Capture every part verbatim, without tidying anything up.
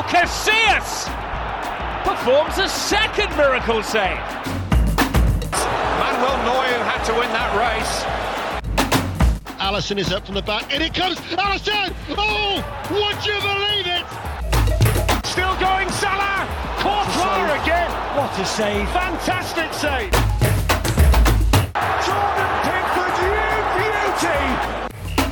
Casillas performs a second miracle save. Manuel Neuer had to win that race. Alisson is up from the back, and it comes, Alisson! Oh, would you believe it? Still going, Salah! Courtois again! What a save! Fantastic save! Jordan Pickford, you beauty!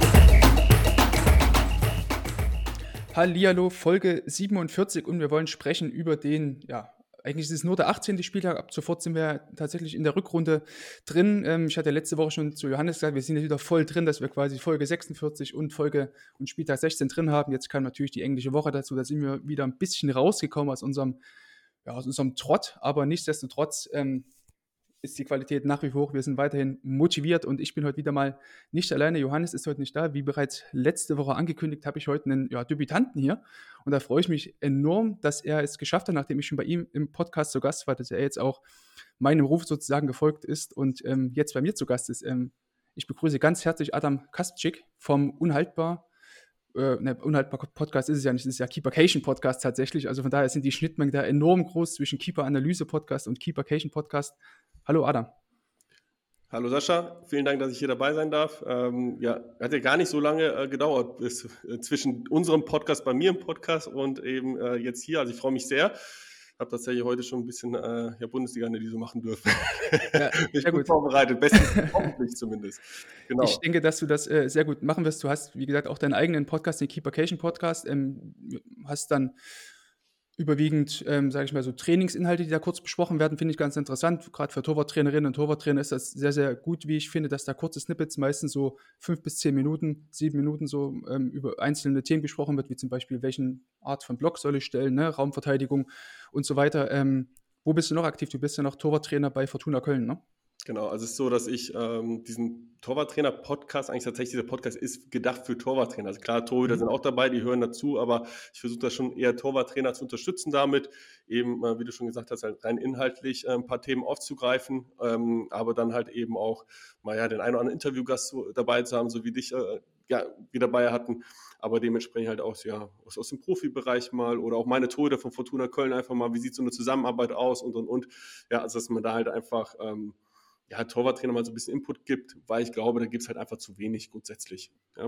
Hallihallo, Folge siebenundvierzig und wir wollen sprechen über den, ja, eigentlich ist es nur der achtzehnte Spieltag, ab sofort sind wir tatsächlich in der Rückrunde drin. Ähm, ich hatte letzte Woche schon zu Johannes gesagt, wir sind jetzt wieder voll drin, dass wir quasi Folge sechsundvierzig und Folge und Spieltag sechzehn drin haben. Jetzt kam natürlich die englische Woche dazu, da sind wir wieder ein bisschen rausgekommen aus unserem, ja, aus unserem Trott, aber nichtsdestotrotz ähm, ist die Qualität nach wie vor hoch. Wir sind weiterhin motiviert und ich bin heute wieder mal nicht alleine. Johannes ist heute nicht da. Wie bereits letzte Woche angekündigt, habe ich heute einen ja, Debütanten hier. Und da freue ich mich enorm, dass er es geschafft hat, nachdem ich schon bei ihm im Podcast zu Gast war, dass er jetzt auch meinem Ruf sozusagen gefolgt ist und ähm, jetzt bei mir zu Gast ist. Ähm, ich begrüße ganz herzlich Adam Kaspczyk vom Unhaltbar. Äh, ne, Unhaltbar Podcast ist es ja nicht, es ist ja Keepercation Podcast tatsächlich. Also von daher sind die Schnittmengen da enorm groß zwischen Keeper Analyse Podcast und Keepercation Podcast. Hallo Adam. Hallo Sascha, vielen Dank, dass ich hier dabei sein darf. Ähm, ja, hat ja gar nicht so lange äh, gedauert bis, äh, zwischen unserem Podcast, bei mir im Podcast und eben äh, jetzt hier. Also ich freue mich sehr. Ich habe tatsächlich heute schon ein bisschen äh, ja, Bundesliga-Analyse machen dürfen. Ja, ich bin gut vorbereitet, bestens hoffentlich zumindest. Genau. Ich denke, dass du das äh, sehr gut machen wirst. Du hast, wie gesagt, auch deinen eigenen Podcast, den Keepercation Podcast, ähm, hast dann überwiegend, ähm, sage ich mal, so Trainingsinhalte, die da kurz besprochen werden, finde ich ganz interessant. Gerade für Torwarttrainerinnen und Torwarttrainer ist das sehr, sehr gut, wie ich finde, dass da kurze Snippets, meistens so fünf bis zehn Minuten, sieben Minuten so ähm, über einzelne Themen gesprochen wird, wie zum Beispiel, welchen Art von Block soll ich stellen, ne? Raumverteidigung und so weiter. Ähm, wo bist du noch aktiv? Du bist ja noch Torwarttrainer bei Fortuna Köln, ne? Genau, also es ist so, dass ich ähm, diesen Torwarttrainer-Podcast, eigentlich tatsächlich dieser Podcast ist gedacht für Torwarttrainer. Also klar, Torhüter mhm. sind auch dabei, die hören dazu, aber ich versuche das schon eher Torwarttrainer zu unterstützen damit, eben, äh, wie du schon gesagt hast, halt rein inhaltlich äh, ein paar Themen aufzugreifen, ähm, aber dann halt eben auch mal ja den einen oder anderen Interviewgast so, dabei zu haben, so wie dich äh, ja, wir dabei hatten, aber dementsprechend halt auch ja, aus, aus dem Profibereich mal oder auch meine Torhüter von Fortuna Köln einfach mal, wie sieht so eine Zusammenarbeit aus und und und. Ja, also dass man da halt einfach ähm, ja, Torwarttrainer mal so ein bisschen Input gibt, weil ich glaube, da gibt es halt einfach zu wenig grundsätzlich. Ja.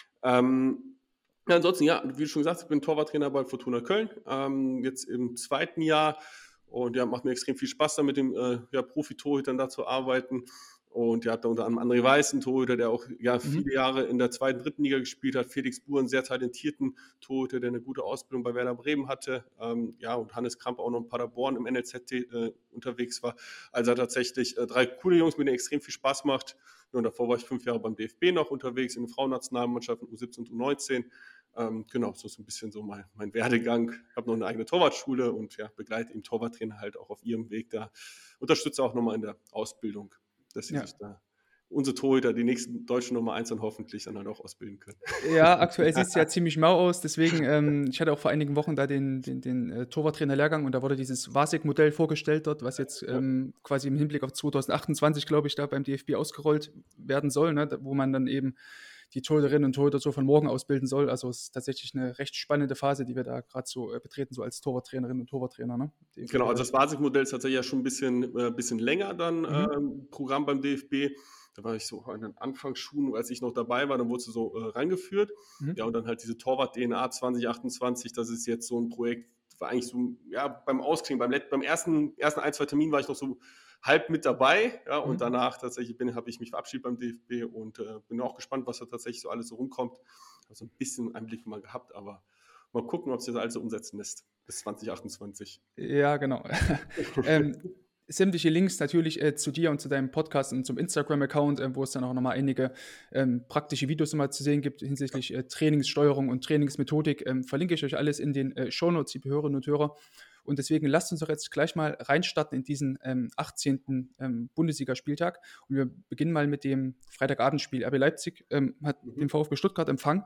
Ähm, ja, ansonsten, ja, wie du schon gesagt hast, ich bin Torwarttrainer bei Fortuna Köln, ähm, jetzt im zweiten Jahr und ja, macht mir extrem viel Spaß, da mit dem äh, ja, Profi-Torhütern da zu arbeiten. Und ihr habt da unter anderem André Weiß, einen Torhüter, der auch ja, viele mhm. Jahre in der zweiten, dritten Liga gespielt hat. Felix Buhr, einen sehr talentierten Torhüter, der eine gute Ausbildung bei Werder Bremen hatte. Ähm, ja, und Hannes Kramp auch noch in Paderborn im N L Z äh, unterwegs war. Also tatsächlich äh, drei coole Jungs, mit denen extrem viel Spaß macht. Ja, und davor war ich fünf Jahre beim D F B noch unterwegs, in den Frauennationalmannschaften U siebzehn und U neunzehn. Ähm, genau, so ist ein bisschen so mein, mein Werdegang. Ich habe noch eine eigene Torwartschule und ja, begleite eben Torwarttrainer halt auch auf ihrem Weg da. Unterstütze auch nochmal in der Ausbildung, dass sie ja. sich da unsere Torhüter, die nächsten deutschen Nummer eins dann hoffentlich dann halt auch ausbilden können. Ja, aktuell sieht es ja ziemlich mau aus, deswegen, ähm, ich hatte auch vor einigen Wochen da den, den, den äh, Torwarttrainer-Lehrgang und da wurde dieses Wasik-Modell vorgestellt dort, was jetzt ähm, quasi im Hinblick auf zwanzig achtundzwanzig, glaube ich, da beim D F B ausgerollt werden soll, ne, wo man dann eben die Torhüterinnen und Torhüter so von morgen ausbilden soll. Also es ist tatsächlich eine recht spannende Phase, die wir da gerade so äh, betreten, so als Torwarttrainerinnen und Torwarttrainer. Ne? Genau, also das Wasik-Modell ist tatsächlich ja schon ein bisschen, äh, bisschen länger dann mhm. ähm, Programm beim D F B. Da war ich so an den Anfangsschulen, als ich noch dabei war, dann wurde sie so äh, reingeführt. Mhm. Ja, und dann halt diese Torwart-D N A zwanzig achtundzwanzig, das ist jetzt so ein Projekt, war eigentlich so, ja, beim Ausklingen, beim, beim ersten, ersten ein, zwei Termin war ich noch so halb mit dabei, ja, und mhm. danach tatsächlich bin, habe ich mich verabschiedet beim D F B und äh, bin auch gespannt, was da tatsächlich so alles so rumkommt. Habe so ein bisschen Einblick mal gehabt, aber mal gucken, ob sich das alles so umsetzen lässt bis zwanzig achtundzwanzig. Ja, genau. ähm, sämtliche Links natürlich äh, zu dir und zu deinem Podcast und zum Instagram-Account, äh, wo es dann auch nochmal einige ähm, praktische Videos nochmal zu sehen gibt hinsichtlich äh, Trainingssteuerung und Trainingsmethodik. Ähm, verlinke ich euch alles in den äh, Shownotes, liebe Hörerinnen und Hörer. Und deswegen lasst uns doch jetzt gleich mal reinstarten in diesen ähm, achtzehnten Ähm, Bundesligaspieltag. Und wir beginnen mal mit dem Freitagabendspiel. R B Leipzig ähm, hat mhm. den VfB Stuttgart empfangen.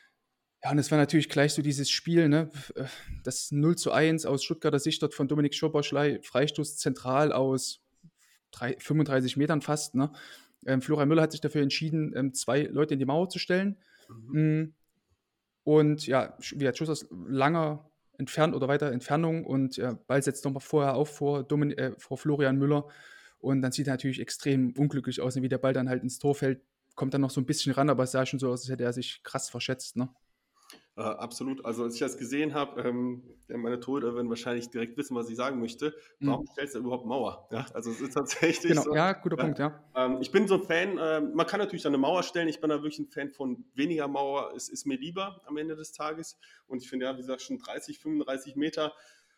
Ja, und es war natürlich gleich so dieses Spiel, ne, das null zu eins aus Stuttgarter Sicht dort von Dominik Szoboszlai, Freistoß zentral aus drei, fünfunddreißig Metern fast, ne. Ähm, Florian Müller hat sich dafür entschieden, ähm, zwei Leute in die Mauer zu stellen. Mhm. Und ja, wie hat Schuss aus langer entfernt oder weiter Entfernung und äh, Ball setzt nochmal vorher auf vor, Domin äh, vor Florian Müller und dann sieht er natürlich extrem unglücklich aus, wie der Ball dann halt ins Tor fällt, kommt dann noch so ein bisschen ran, aber es sah schon so aus, als hätte er sich krass verschätzt, ne? Äh, absolut. Also als ich das gesehen habe, ähm, ja, meine Torhüter werden wahrscheinlich direkt wissen, was ich sagen möchte. Warum Mhm. stellst du überhaupt Mauer? Ja, also es ist tatsächlich Genau, so. ja, guter Ja. Punkt, ja. Ähm, ich bin so ein Fan, ähm, man kann natürlich eine Mauer stellen, ich bin da wirklich ein Fan von weniger Mauer, es ist mir lieber am Ende des Tages. Und ich finde ja, wie gesagt, schon dreißig, fünfunddreißig Meter,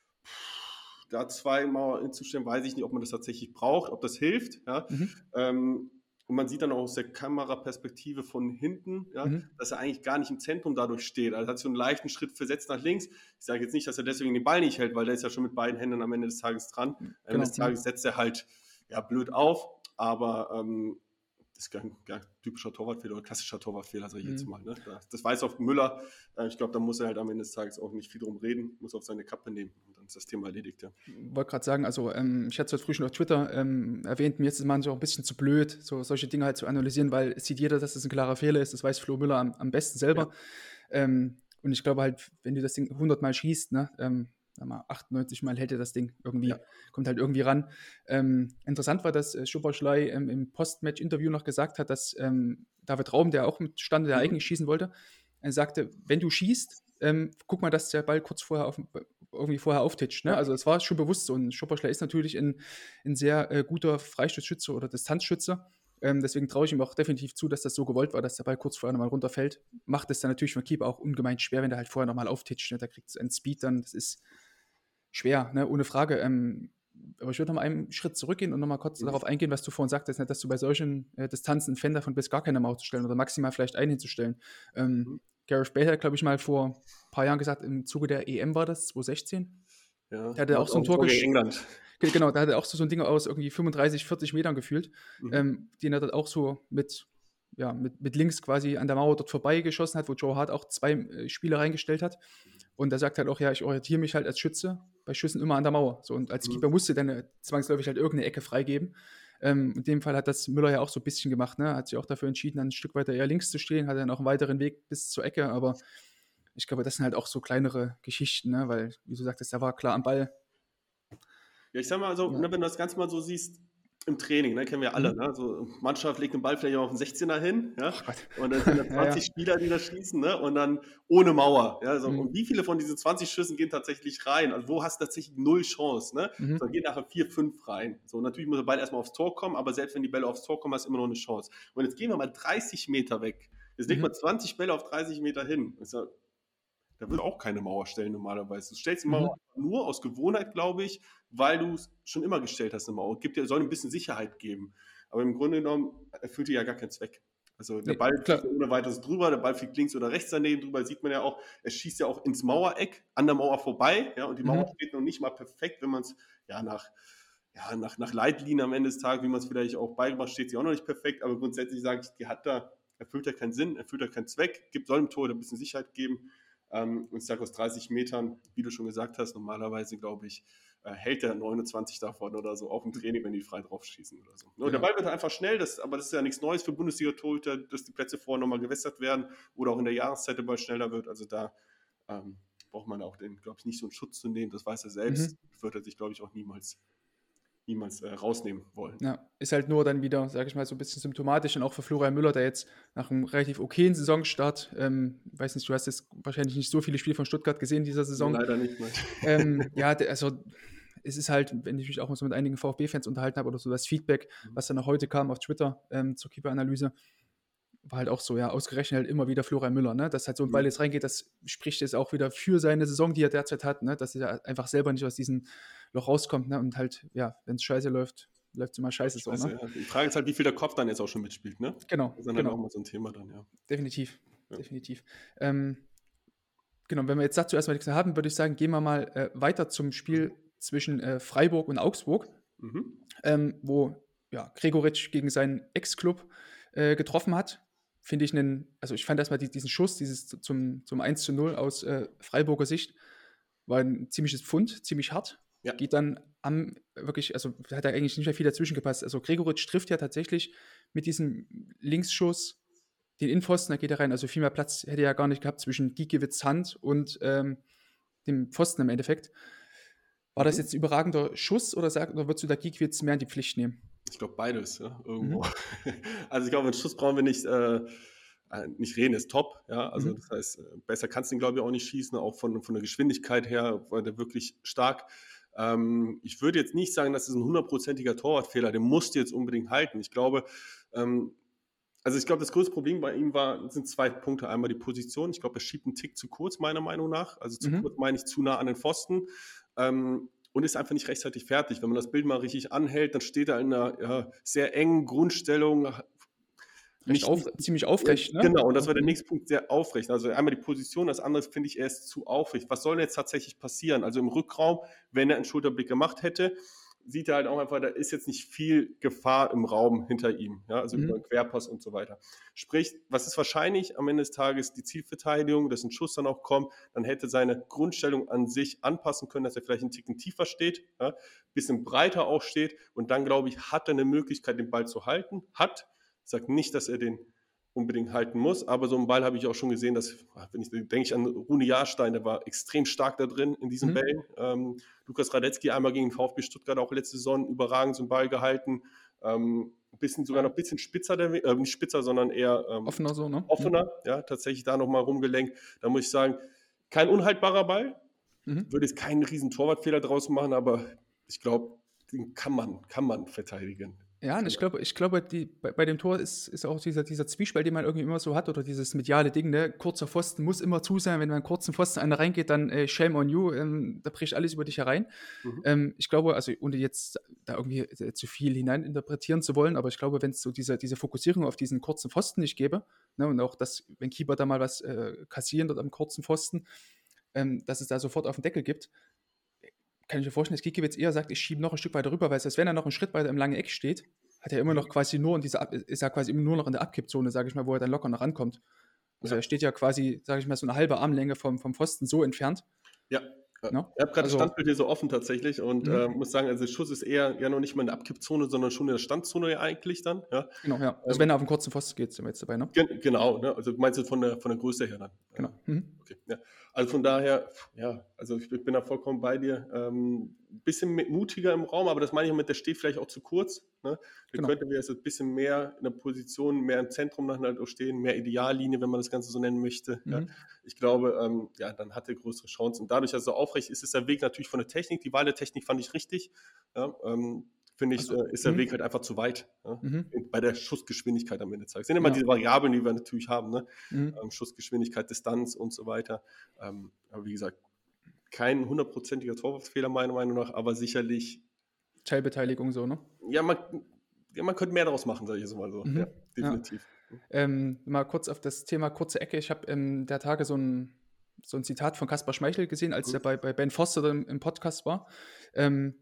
da zwei Mauern hinzustellen, weiß ich nicht, ob man das tatsächlich braucht, ob das hilft. Ja. Mhm. Ähm, und man sieht dann auch aus der Kameraperspektive von hinten, ja, Mhm. dass er eigentlich gar nicht im Zentrum dadurch steht. Also er hat so einen leichten Schritt versetzt nach links. Ich sage jetzt nicht, dass er deswegen den Ball nicht hält, weil der ist ja schon mit beiden Händen am Ende des Tages dran. Am Ende Genau, des Tages setzt er halt ja, blöd auf, aber ähm, das ist kein ja, typischer Torwartfehler oder klassischer Torwartfehler, sage ich jetzt Mhm. mal. Ne? Das, das weiß auch Müller. Äh, ich glaube, da muss er halt am Ende des Tages auch nicht viel drum reden, muss auf seine Kappe nehmen und dann ist das Thema erledigt. Ja. Wollte gerade sagen, also ähm, ich hatte es heute früh schon auf Twitter ähm, erwähnt, mir ist es manchmal auch ein bisschen zu blöd, so solche Dinge halt zu analysieren, weil es sieht jeder, dass das ein klarer Fehler ist, das weiß Flo Müller am, am besten selber. Ja. Ähm, und ich glaube halt, wenn du das Ding hundert Mal schießt, ne, ähm, mal achtundneunzig Mal hält er das Ding irgendwie, ja. kommt halt irgendwie ran. Ähm, interessant war, dass äh, Szoboszlai ähm, im Post-Match-Interview noch gesagt hat, dass ähm, David Raum, der auch mit stand, der mhm. eigentlich schießen wollte, er sagte, wenn du schießt, ähm, guck mal, dass der Ball kurz vorher auf, irgendwie vorher auftitscht. Ne? Ja. Also es war schon bewusst so. Und Szoboszlai ist natürlich ein, ein sehr äh, guter Freistoßschütze oder Distanzschütze. Ähm, deswegen traue ich ihm auch definitiv zu, dass das so gewollt war, dass der Ball kurz vorher nochmal runterfällt. Macht es dann natürlich für den Keeper auch ungemein schwer, wenn der halt vorher nochmal auftitscht. Ne? Da kriegt es einen Speed dann. Das ist schwer, ne? Ohne Frage. Ähm, aber ich würde noch mal einen Schritt zurückgehen und noch mal kurz mhm. darauf eingehen, was du vorhin sagtest, ne? Dass du bei solchen äh, Distanzen einen Fan davon bist, gar keine Mauer zu stellen oder maximal vielleicht einen hinzustellen. Ähm, mhm. Gareth Bale hat, glaube ich, mal vor ein paar Jahren gesagt, im Zuge der E M war das, zwanzig sechzehn. Ja, da hat er auch so ein Tor gegen England. Genau, da hat er auch so, so ein Ding aus irgendwie fünfunddreißig, vierzig Metern gefühlt, mhm. ähm, den er dann auch so mit, ja, mit, mit links quasi an der Mauer dort vorbei geschossen hat, wo Joe Hart auch zwei äh, Spieler reingestellt hat. Und er sagt halt auch, ja, ich orientiere mich halt als Schütze bei Schüssen immer an der Mauer. So, und als mhm. Keeper musste dann zwangsläufig halt irgendeine Ecke freigeben. Ähm, in dem Fall hat das Müller ja auch so ein bisschen gemacht, ne? Hat sich auch dafür entschieden, dann ein Stück weiter eher links zu stehen, hat dann auch einen weiteren Weg bis zur Ecke, aber ich glaube, das sind halt auch so kleinere Geschichten, ne? Weil, wie du sagtest, der war klar am Ball. Ja, ich sag mal so, ja. ne, wenn du das Ganze mal so siehst, im Training, ne, kennen wir alle, mhm. ne? So, Mannschaft legt den Ball vielleicht auf den sechzehner hin, ja? Und dann sind da zwanzig ja, ja. Spieler, die da schießen, ne? Und dann ohne Mauer, ja? So, mhm. Und wie viele von diesen zwanzig Schüssen gehen tatsächlich rein? Also wo hast du tatsächlich null Chance, ne? Mhm. So, dann gehen nachher vier, fünf rein. So, natürlich muss der Ball erstmal aufs Tor kommen, aber selbst wenn die Bälle aufs Tor kommen, hast du immer noch eine Chance. Und jetzt gehen wir mal dreißig Meter weg. Jetzt legt mhm. man zwanzig Bälle auf dreißig Meter hin. Das ist ja, da wird auch keine Mauer stellen normalerweise. Du stellst die Mauer mhm. nur aus Gewohnheit, glaube ich, weil du es schon immer gestellt hast, eine Mauer. Gibt dir, soll ein bisschen Sicherheit geben. Aber im Grunde genommen erfüllt die ja gar keinen Zweck. Also der nee, Ball fliegt ja ohne weiteres drüber, der Ball fliegt links oder rechts daneben drüber, sieht man ja auch, er schießt ja auch ins Mauereck, an der Mauer vorbei, ja, und die Mauer mhm. steht noch nicht mal perfekt, wenn man es ja nach, ja, nach, nach Leitlinien am Ende des Tages, wie man es vielleicht auch beigebracht, steht sie auch noch nicht perfekt, aber grundsätzlich sage ich, die hat da, erfüllt ja keinen Sinn, erfüllt ja keinen Zweck, gibt, soll dem Tor ein bisschen Sicherheit geben. Ähm, und ich sage aus dreißig Metern, wie du schon gesagt hast, normalerweise, glaube ich, äh, hält der neunundzwanzig davon oder so, auch im Training, wenn die frei drauf schießen oder so. Ja. Der Ball wird einfach schnell, das, aber das ist ja nichts Neues für Bundesliga-Torhüter, dass die Plätze vorher nochmal gewässert werden oder auch in der Jahreszeit der Ball schneller wird. Also da ähm, braucht man auch den, glaube ich, nicht so einen Schutz zu nehmen, das weiß er selbst, mhm. wird er sich, glaube ich, auch niemals niemals äh, rausnehmen wollen. Ja, ist halt nur dann wieder, sage ich mal, so ein bisschen symptomatisch und auch für Florian Müller, der jetzt nach einem relativ okayen Saisonstart, ähm, weiß nicht, du hast jetzt wahrscheinlich nicht so viele Spiele von Stuttgart gesehen dieser Saison. Leider nicht. ähm, ja, also es ist halt, wenn ich mich auch mal so mit einigen VfB-Fans unterhalten habe oder so, das Feedback, mhm. was dann noch heute kam auf Twitter ähm, zur Keeper-Analyse, war halt auch so, ja, ausgerechnet halt immer wieder Florian Müller, ne, dass halt so ein Ball jetzt reingeht, das spricht jetzt auch wieder für seine Saison, die er derzeit hat, ne, dass er einfach selber nicht aus diesem Loch rauskommt, ne, und halt, ja, wenn es scheiße läuft, läuft es immer scheiße. scheiße so, ne? Ja. Die Frage ist halt, wie viel der Kopf dann jetzt auch schon mitspielt, ne? Genau. Das ist dann genau. halt auch mal so ein Thema dann, ja. Definitiv, ja. definitiv. Ähm, genau, wenn wir jetzt dazu erstmal nichts mehr haben, würde ich sagen, gehen wir mal äh, weiter zum Spiel zwischen äh, Freiburg und Augsburg, mhm. ähm, wo, ja, Gregoritsch gegen seinen Ex-Club äh, getroffen hat. Finde ich einen, also ich fand erstmal die, diesen Schuss, dieses zum, zum eins zu null aus äh, Freiburger Sicht, war ein ziemliches Pfund, ziemlich hart. Ja. Geht dann am, wirklich, also hat da eigentlich nicht mehr viel dazwischen gepasst. Also Gregoritsch trifft ja tatsächlich mit diesem Linksschuss den Innenpfosten, da geht er rein. Also viel mehr Platz hätte er ja gar nicht gehabt zwischen Giekewitz Hand und ähm, dem Pfosten im Endeffekt. War das jetzt ein überragender Schuss oder, sag, oder würdest du da Gikiewicz mehr in die Pflicht nehmen? Ich glaube beides, ja, irgendwo. Mhm. Also ich glaube, einen Schuss brauchen wir nicht, äh, nicht reden, ist top. Ja, also Mhm. das heißt, besser kannst du ihn, glaube ich, auch nicht schießen, auch von, von der Geschwindigkeit her war der wirklich stark. Ähm, ich würde jetzt nicht sagen, das ist ein hundertprozentiger Torwartfehler, den musst du jetzt unbedingt halten. Ich glaube, ähm, also ich glaube, das größte Problem bei ihm war, sind zwei Punkte. Einmal die Position. Ich glaube, er schiebt einen Tick zu kurz, meiner Meinung nach. Also zu Mhm. kurz meine ich zu nah an den Pfosten. Ähm, und ist einfach nicht rechtzeitig fertig. Wenn man das Bild mal richtig anhält, dann steht er in einer ja, sehr engen Grundstellung. Recht Nicht, auf, nicht, ziemlich aufrecht, ja, ne? genau, und das war der Mhm. nächste Punkt, sehr aufrecht. Also einmal die Position, das andere finde ich, er ist zu aufrecht. Was soll denn jetzt tatsächlich passieren? Also im Rückraum, wenn er einen Schulterblick gemacht hätte, sieht er halt auch einfach, da ist jetzt nicht viel Gefahr im Raum hinter ihm, ja, also Mhm. über einen Querpass und so weiter. Sprich, was ist wahrscheinlich am Ende des Tages? Die Zielverteidigung, dass ein Schuss dann auch kommt, dann hätte seine Grundstellung an sich anpassen können, dass er vielleicht einen Ticken tiefer steht, ja, bisschen breiter auch steht und dann, glaube ich, hat er eine Möglichkeit, den Ball zu halten, hat, ich sage nicht, dass er den unbedingt halten muss, aber so einen Ball habe ich auch schon gesehen, dass, wenn ich denke ich an Rune Jahrstein, der war extrem stark da drin in diesen Mhm. Bällen. Ähm, Lukas Radetzky einmal gegen den VfB Stuttgart auch letzte Saison überragend so einen Ball gehalten. Ähm, ein bisschen, sogar noch ein bisschen spitzer, der, äh, nicht spitzer, sondern eher ähm, Offener so, ne? offener, ja, tatsächlich da nochmal rumgelenkt. Da muss ich sagen, kein unhaltbarer Ball, Mhm. würde jetzt keinen riesen Torwartfehler draus machen, aber ich glaube, den kann man, kann man verteidigen. Ja, und ich glaube, ich glaube, die, bei, bei dem Tor ist, ist auch dieser, dieser Zwiespalt, den man irgendwie immer so hat, oder dieses mediale Ding, ne? Kurzer Pfosten muss immer zu sein, wenn man einen kurzen Pfosten einer reingeht, dann äh, shame on you, ähm, da bricht alles über dich herein. Mhm. Ähm, ich glaube, also ohne jetzt da irgendwie äh, zu viel hineininterpretieren zu wollen, aber ich glaube, wenn es so diese, diese Fokussierung auf diesen kurzen Pfosten nicht gäbe, ne, und auch das, wenn Keeper da mal was äh, kassieren dort am kurzen Pfosten, ähm, dass es da sofort auf den Deckel gibt, kann ich mir vorstellen, dass Gikiewicz eher sagt, ich schiebe noch ein Stück weiter rüber, weil selbst wenn er noch einen Schritt weiter im langen Eck steht, hat er immer noch quasi nur in dieser, Ab- ist er quasi immer nur noch in der Abkippzone, sage ich mal, wo er dann locker noch rankommt. Also Ja. er steht ja quasi, sage ich mal, so eine halbe Armlänge vom, vom Pfosten so entfernt. Ja, ja. Ne? Ich habe gerade Also- das Standbild hier so offen tatsächlich und Mhm. äh, muss sagen, also der Schuss ist eher ja noch nicht mal in der Abkippzone, sondern schon in der Standzone ja eigentlich dann. Ja. Genau, ja. Also Ähm, wenn er auf den kurzen Pfosten geht, sind wir jetzt dabei, ne? Gen genau, ne? Also meinst du von der, von der Größe her dann? Genau. Mhm. Okay, ja. Also von daher, ja, also ich bin da vollkommen bei dir. Ähm, bisschen mit- mutiger im Raum, aber das meine ich mit, der steht vielleicht auch zu kurz. Ne? Der Genau. könnte jetzt ein bisschen mehr in der Position, mehr im Zentrum dann halt auch stehen, mehr Ideallinie, wenn man das Ganze so nennen möchte. Ja? Mhm. Ich glaube, ähm, ja, dann hat er größere Chancen. Und dadurch, dass er so aufrecht ist, ist der Weg natürlich von der Technik. Die Wahl der Technik fand ich richtig. Ja? Ähm, Finde ich, Also, äh, ist der mhm. Weg halt einfach zu weit. Ja? Mhm. Bei der Schussgeschwindigkeit am Ende des Tages. Das sind immer Ja. diese Variablen, die wir natürlich haben. Ne? Mhm. Ähm, Schussgeschwindigkeit, Distanz und so weiter. Ähm, aber wie gesagt, kein hundertprozentiger Torwartfehler meiner Meinung nach, aber sicherlich, Teilbeteiligung so, ne? ja, man, ja, man könnte mehr daraus machen, sage ich jetzt mal so. Mhm. Ja, definitiv. Ähm, mal kurz auf das Thema kurze Ecke. Ich habe ähm, der Tage so ein, so ein Zitat von Kaspar Schmeichel gesehen, als Mhm. er bei, bei Ben Foster im, im Podcast war. Ähm,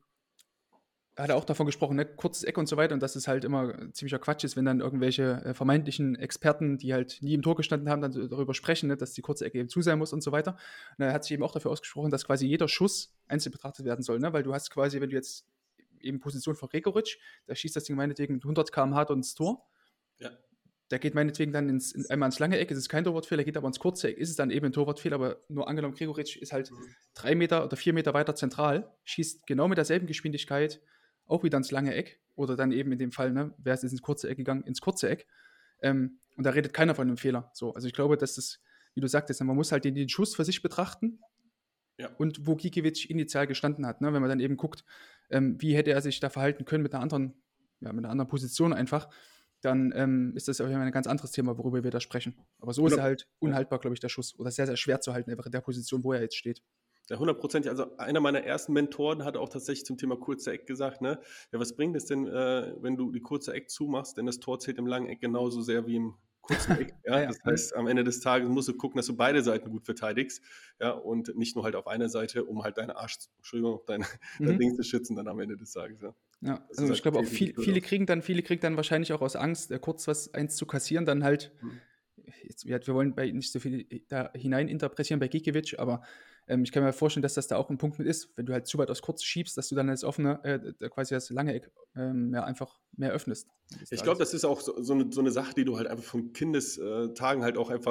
da hat er auch davon gesprochen, ne, kurzes Eck und so weiter, und dass es halt immer ziemlicher Quatsch ist, wenn dann irgendwelche äh, vermeintlichen Experten, die halt nie im Tor gestanden haben, dann so darüber sprechen, ne, dass die kurze Ecke eben zu sein muss und so weiter. Und er hat sich eben auch dafür ausgesprochen, dass quasi jeder Schuss einzeln betrachtet werden soll, ne? Weil du hast quasi, wenn du jetzt eben Position von Gregoritsch, da schießt das Ding meinetwegen mit hundert Kilometer pro Stunde dort ins Tor. Ja. Der geht meinetwegen dann ins, in, einmal ins lange Eck, es ist kein Torwartfehler, geht aber ins kurze Eck, ist es dann eben ein Torwartfehler, aber nur angenommen, Gregoritsch ist halt Mhm. drei Meter oder vier Meter weiter zentral, schießt genau mit derselben Geschwindigkeit auch wieder ins lange Eck oder dann eben in dem Fall, ne, wer ist jetzt ins kurze Eck gegangen, ins kurze Eck. Ähm, und da redet keiner von einem Fehler. So, also ich glaube, dass das, wie du sagtest, man muss halt den, den Schuss für sich betrachten. Ja. Und wo Gikiewicz initial gestanden hat, ne? Wenn man dann eben guckt, ähm, wie hätte er sich da verhalten können mit einer anderen, ja, mit einer anderen Position einfach, dann ähm, ist das auf jeden Fall ein ganz anderes Thema, worüber wir da sprechen. Aber so ist Genau. er halt unhaltbar, glaube ich, der Schuss. Oder sehr, sehr schwer zu halten, einfach in der Position, wo er jetzt steht. Ja, hundertprozentig. Also einer meiner ersten Mentoren hat auch tatsächlich zum Thema kurze Eck gesagt, ne, ja, was bringt es denn, äh, wenn du die kurze Eck zumachst, denn das Tor zählt im langen Eck genauso sehr wie im kurzen Eck. Ja? Ja. Das heißt, am Ende des Tages musst du gucken, dass du beide Seiten gut verteidigst, ja, und nicht nur halt auf einer Seite, um halt deine Arsch, Entschuldigung, dein, Mhm. dein Ding zu schützen dann am Ende des Tages. Ja. Ja, Das ist also halt ich glaube auch, definitiv viel, blöd viele aus. kriegen dann, viele kriegen dann wahrscheinlich auch aus Angst, äh, kurz was eins zu kassieren, dann halt, Mhm. jetzt, wir, wir wollen bei nicht so viel da hinein interpretieren bei Gikiewicz, aber ähm, ich kann mir vorstellen, dass das da auch ein Punkt mit ist, wenn du halt zu weit aus kurz schiebst, dass du dann das offene, äh, quasi das lange Eck ähm, ja, einfach mehr öffnest. Ich glaube, das ist auch so, so, eine, so eine Sache, die du halt einfach von Kindestagen halt auch einfach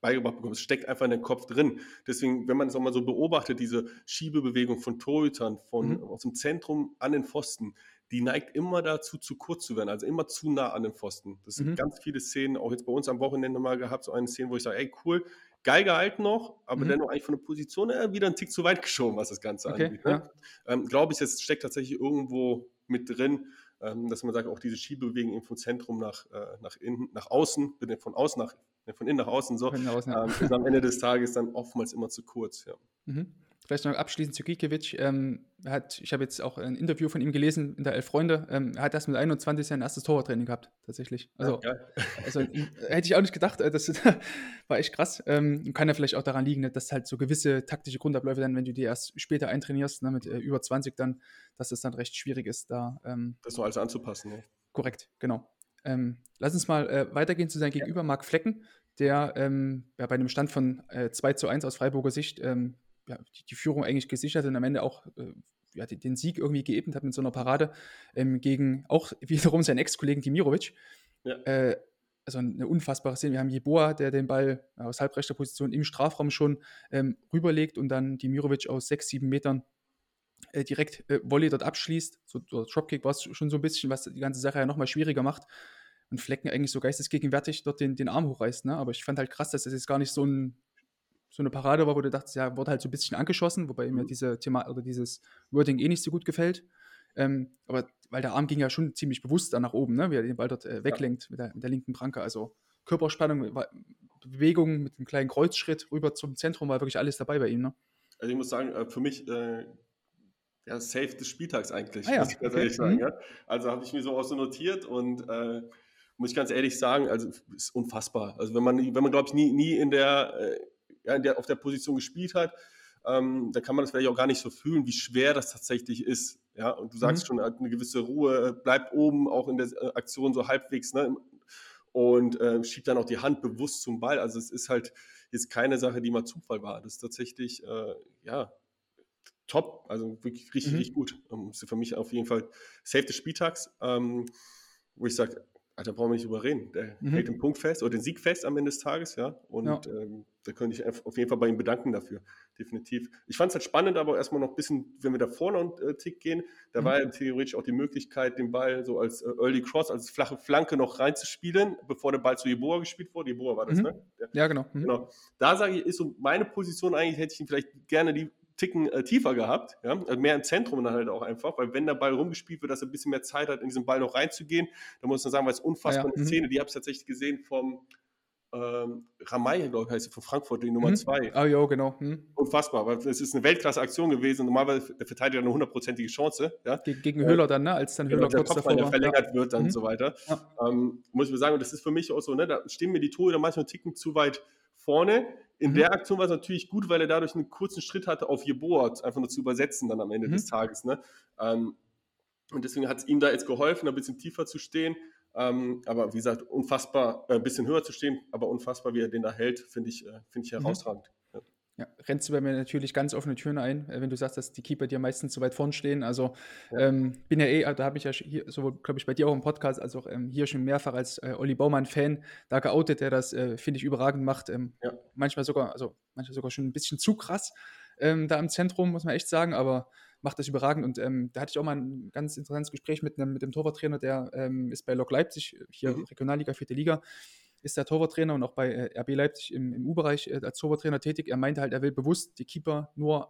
beigebracht bekommen. Es steckt einfach in den Kopf drin. Deswegen, wenn man es auch mal so beobachtet, diese Schiebebewegung von Torhütern, von Mhm. aus dem Zentrum an den Pfosten, die neigt immer dazu, zu kurz zu werden, also immer zu nah an den Pfosten. Das sind Mhm. ganz viele Szenen, auch jetzt bei uns am Wochenende mal gehabt, so eine Szene, wo ich sage, ey, cool, geil gehalten noch, aber Mhm. dennoch eigentlich von der Position her wieder einen Tick zu weit geschoben, was das Ganze Okay, angeht. Ne? ja. Ähm, Glaube ich, es steckt tatsächlich irgendwo mit drin, ähm, dass man sagt, auch diese Schiebebewegung eben vom Zentrum nach, äh, nach innen, nach außen, bitte von außen nach, ne, von innen nach außen so, Von außen, ja. ähm, ist am Ende des Tages dann oftmals immer zu kurz. Ja. Mhm. Vielleicht noch abschließend zu Gikiewicz. Ähm, er hat, ich habe jetzt auch ein Interview von ihm gelesen in der Elf Freunde. Ähm, er hat erst mit einundzwanzig sein erstes Torwarttraining gehabt, tatsächlich. Also, Ja, also äh, hätte ich auch nicht gedacht. äh, Das war echt krass. Ähm, kann ja vielleicht auch daran liegen, ne, dass halt so gewisse taktische Grundabläufe dann, wenn du die erst später eintrainierst, ne, mit äh, über zwanzig dann, dass es dann recht schwierig ist, da ähm, das noch alles anzupassen. Ja. korrekt, genau. Ähm, lass uns mal äh, weitergehen zu seinem Gegenüber, Marc Flecken, der ähm, ja, bei einem Stand von äh, zwei zu eins aus Freiburger Sicht ähm, ja, die, die Führung eigentlich gesichert und am Ende auch äh, ja, den, den Sieg irgendwie geebnet hat mit so einer Parade ähm, gegen auch wiederum seinen Ex-Kollegen Dimirovic. Ja. Äh, also eine unfassbare Szene. Wir haben Jeboa, der den Ball äh, aus halbrechter Position im Strafraum schon ähm, rüberlegt und dann Dimirovic aus sechs, sieben Metern äh, direkt äh, Volley dort abschließt. So, so Dropkick war es schon so ein bisschen, was die ganze Sache ja nochmal schwieriger macht. Und Flecken eigentlich so geistesgegenwärtig dort den, den Arm hochreißt. Ne? Aber ich fand halt krass, dass das jetzt gar nicht so, ein, so eine Parade war, wo du dachtest, ja, wurde halt so ein bisschen angeschossen, wobei mir diese Thema oder dieses Wording eh nicht so gut gefällt. Ähm, aber weil der Arm ging ja schon ziemlich bewusst dann nach oben, ne? Wie er den Ball dort äh, weglenkt ja. mit, der, mit der linken Pranke. Also Körperspannung, war, Bewegung mit einem kleinen Kreuzschritt rüber zum Zentrum, war wirklich alles dabei bei ihm. Ne? Also ich muss sagen, für mich äh, ja, safe des Spieltags eigentlich, Ah ja, muss ich ganz okay. ehrlich sagen. Mhm. Ja? Also habe ich mir so auch so notiert und äh, muss ich ganz ehrlich sagen, also ist unfassbar. Also wenn man, wenn man glaube ich, nie, nie in der, äh, ja, in der, auf der Position gespielt hat, ähm, da kann man das vielleicht auch gar nicht so fühlen, wie schwer das tatsächlich ist. Ja? Und du sagst Mhm. schon, eine gewisse Ruhe, bleibt oben, auch in der Aktion so halbwegs, ne? Und äh, schiebt dann auch die Hand bewusst zum Ball. Also es ist halt jetzt keine Sache, die mal Zufall war. Das ist tatsächlich, äh, ja, top, also wirklich richtig, Mhm. richtig gut. Ähm, ist für mich auf jeden Fall safe des Spieltags, ähm, wo ich sage, Alter, brauchen wir nicht drüber reden. Der Mhm. hält den Punkt fest oder den Sieg fest am Ende des Tages, ja. Und Ja. ähm, da könnte ich auf jeden Fall bei ihm bedanken dafür, definitiv. Ich fand es halt spannend, aber erstmal noch ein bisschen, wenn wir da vorne noch einen äh, Tick gehen, da Mhm. war ja theoretisch auch die Möglichkeit, den Ball so als äh, Early Cross, als flache Flanke noch reinzuspielen, bevor der Ball zu Jeboa gespielt wurde. Jeboa war das, Mhm. ne? Der, Ja, genau. Mhm. Genau. Da sage ich, ist so meine Position eigentlich, hätte ich ihn vielleicht gerne die Ticken äh, tiefer gehabt, ja? Also mehr im Zentrum dann halt auch einfach, weil wenn der Ball rumgespielt wird, dass er ein bisschen mehr Zeit hat, in diesen Ball noch reinzugehen, da muss man sagen, weil es unfassbar Ah, ja. eine Mhm. Szene, die habe ich tatsächlich gesehen vom ähm, Ramay, glaube ich, heißt er, von Frankfurt, die Nummer Mhm. zwei. Ah, ja, genau. Mhm. Unfassbar, weil es ist eine Weltklasse-Aktion gewesen. Normalerweise der Verteidiger eine hundertprozentige Chance. Ja? Ge gegen Äh, Höhler dann, ne? Als dann Genau, Höhler der kurz Kopfball davor ja war. verlängert Ja. wird dann Mhm. und so weiter. Ja. Ähm, muss ich mir sagen, und das ist für mich auch so, ne, da stehen mir die Tore manchmal einen Ticken zu weit vorne. In Mhm. der Aktion war es natürlich gut, weil er dadurch einen kurzen Schritt hatte, auf Jeboa einfach nur zu übersetzen dann am Ende Mhm. des Tages. Ne? Ähm, und deswegen hat es ihm da jetzt geholfen, ein bisschen tiefer zu stehen. Ähm, aber wie gesagt, unfassbar, äh, ein bisschen höher zu stehen, aber unfassbar, wie er den da hält, finde ich, äh, finde ich Mhm. herausragend. Ja. Ja, rennst du bei mir natürlich ganz offene Türen ein, äh, wenn du sagst, dass die Keeper dir meistens so weit vorn stehen. Also Ja. ähm, bin ja eh, da habe ich ja hier, sowohl, glaube ich, bei dir auch im Podcast, als auch ähm, hier schon mehrfach als äh, Olli Baumann-Fan da geoutet, der das, äh, finde ich, überragend macht. Ähm, Ja. Manchmal sogar, also manchmal sogar schon ein bisschen zu krass ähm, da im Zentrum, muss man echt sagen, aber macht das überragend. Und ähm, da hatte ich auch mal ein ganz interessantes Gespräch mit einem mit dem Torwarttrainer, der ähm, ist bei Lok Leipzig, hier Mhm. Regionalliga, vierte Liga, ist der Torwarttrainer und auch bei äh, R B Leipzig im, im U-Bereich äh, als Torwarttrainer tätig. Er meinte halt, er will bewusst die Keeper nur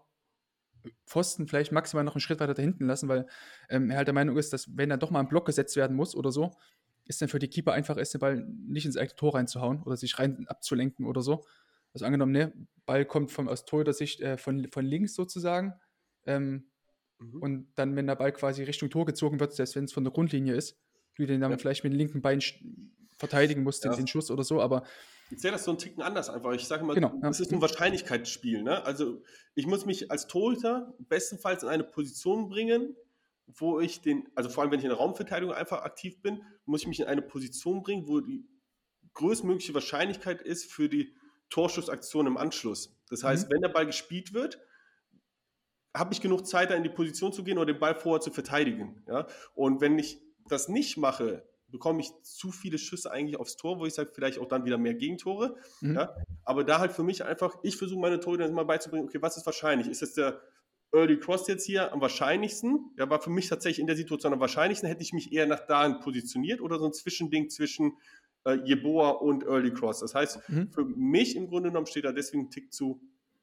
Pfosten vielleicht maximal noch einen Schritt weiter da hinten lassen, weil ähm, er halt der Meinung ist, dass wenn dann doch mal ein Block gesetzt werden muss oder so, ist dann für die Keeper einfach ist, den Ball nicht ins eigene Tor reinzuhauen oder sich rein abzulenken oder so. Also angenommen, ne, Ball kommt von, aus Torhüter-Sicht äh, von, von links sozusagen ähm, Mhm. und dann, wenn der Ball quasi Richtung Tor gezogen wird, selbst wenn es von der Grundlinie ist, du den dann Ja. vielleicht mit dem linken Bein sch- verteidigen musst, den, Ja. den Schuss oder so, aber Ich sehe das so einen Ticken anders einfach. Ich sage immer, genau. Ja. es ist ein Wahrscheinlichkeitsspiel. Ne? Also ich muss mich als Torhüter bestenfalls in eine Position bringen, wo ich den, also vor allem wenn ich in der Raumverteidigung einfach aktiv bin, muss ich mich in eine Position bringen, wo die größtmögliche Wahrscheinlichkeit ist für die Torschussaktion im Anschluss. Das heißt, Mhm. wenn der Ball gespielt wird, habe ich genug Zeit, da in die Position zu gehen oder den Ball vorher zu verteidigen. Ja? Und wenn ich das nicht mache, bekomme ich zu viele Schüsse eigentlich aufs Tor, wo ich sage, vielleicht auch dann wieder mehr Gegentore. Mhm. Ja? aber da halt für mich einfach, ich versuche meine Torhüter mal beizubringen, okay, was ist wahrscheinlich? Ist das der Early Cross jetzt hier am wahrscheinlichsten? Ja, war für mich tatsächlich in der Situation am wahrscheinlichsten, hätte ich mich eher nach dahin positioniert oder so ein Zwischending zwischen äh, Jeboa und Early Cross. Das heißt, mhm. für mich im Grunde genommen steht da deswegen ein Tick zu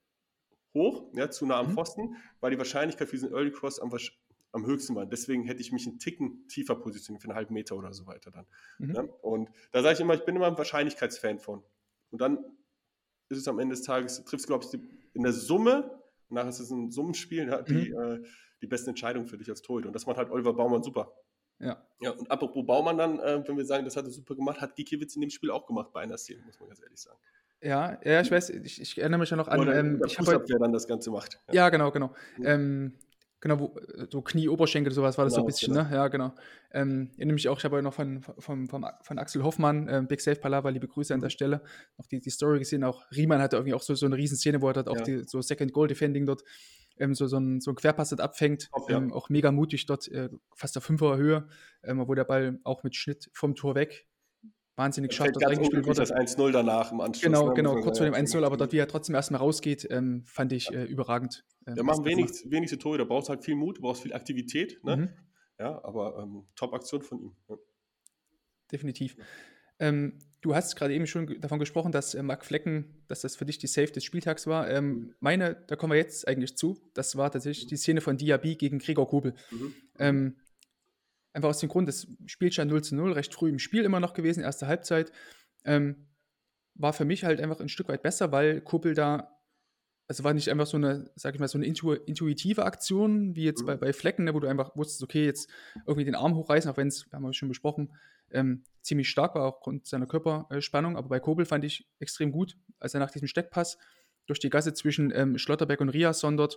hoch, ja, zu nah am mhm. Pfosten, weil die Wahrscheinlichkeit für diesen Early Cross am, am höchsten war. Deswegen hätte ich mich einen Ticken tiefer positioniert, für einen halben Meter oder so weiter dann. Mhm. Ja? Und da sage ich immer, ich bin immer ein Wahrscheinlichkeitsfan von. Und dann ist es am Ende des Tages, triffst du, glaube ich, in der Summe, nachher ist es ein Summenspiel, ja, die, mhm. äh, die beste Entscheidung für dich als Torhüter. Und das macht halt Oliver Baumann super. Ja. Ja, und apropos Baumann dann, äh, wenn wir sagen, das hat er super gemacht, hat Gikiewicz in dem Spiel auch gemacht bei einer Szene, muss man ganz ehrlich sagen. Ja, ja, ich weiß, ich, ich erinnere mich ja noch an. Oder ähm, der ich Fußabwehr dann das Ganze macht. Ja, ja genau, genau. Mhm. Ähm, genau, wo, so Knie, Oberschenkel, sowas war das genau, so ein bisschen, genau. ne? Ja, genau. Ähm, ich erinnere mich auch, ich habe ja noch von, von, von, von Axel Hoffmann, ähm, Big Safe Palava, liebe Grüße mhm. an der Stelle, noch die, die Story gesehen. Auch Riemann hatte irgendwie auch so, so eine Riesenszene, wo er dort ja. auch die, so Second Goal Defending dort ähm, so, so ein, so ein Querpass dort abfängt. Top, ja. ähm, auch mega mutig dort, äh, fast auf fünfer Höhe, ähm, wo der Ball auch mit Schnitt vom Tor weg wahnsinnig scharf dort reingespielt wurde. Das eins null danach im Anschluss. Genau, ne, genau, kurz vor dem eins null, aber dort, wie er trotzdem erstmal rausgeht, ähm, fand ich ja. äh, überragend. Ähm, da machen wenig, wenigste Tore, da brauchst halt viel Mut, du brauchst viel Aktivität, ne? Mhm. Ja, aber ähm, Top-Aktion von ihm. Ja. Definitiv. Ähm, du hast gerade eben schon davon gesprochen, dass äh, Marc Flecken, dass das für dich die Save des Spieltags war. Ähm, mhm. Meine, da kommen wir jetzt eigentlich zu, das war tatsächlich mhm. die Szene von Diaby gegen Gregor Kobel. Mhm. Ähm, Einfach aus dem Grund, das Spiel stand null zu null, recht früh im Spiel immer noch gewesen, erste Halbzeit. Ähm, war für mich halt einfach ein Stück weit besser, weil Kobel da, also war nicht einfach so eine, sag ich mal, so eine intu- intuitive Aktion, wie jetzt mhm. bei, bei Flecken, ne, wo du einfach wusstest, okay, jetzt irgendwie den Arm hochreißen, auch wenn es, haben wir schon besprochen, ähm, ziemlich stark war, auch aufgrund seiner Körperspannung. Aber bei Kobel fand ich extrem gut, als er nach diesem Steckpass durch die Gasse zwischen ähm, Schlotterbeck und Riasson dort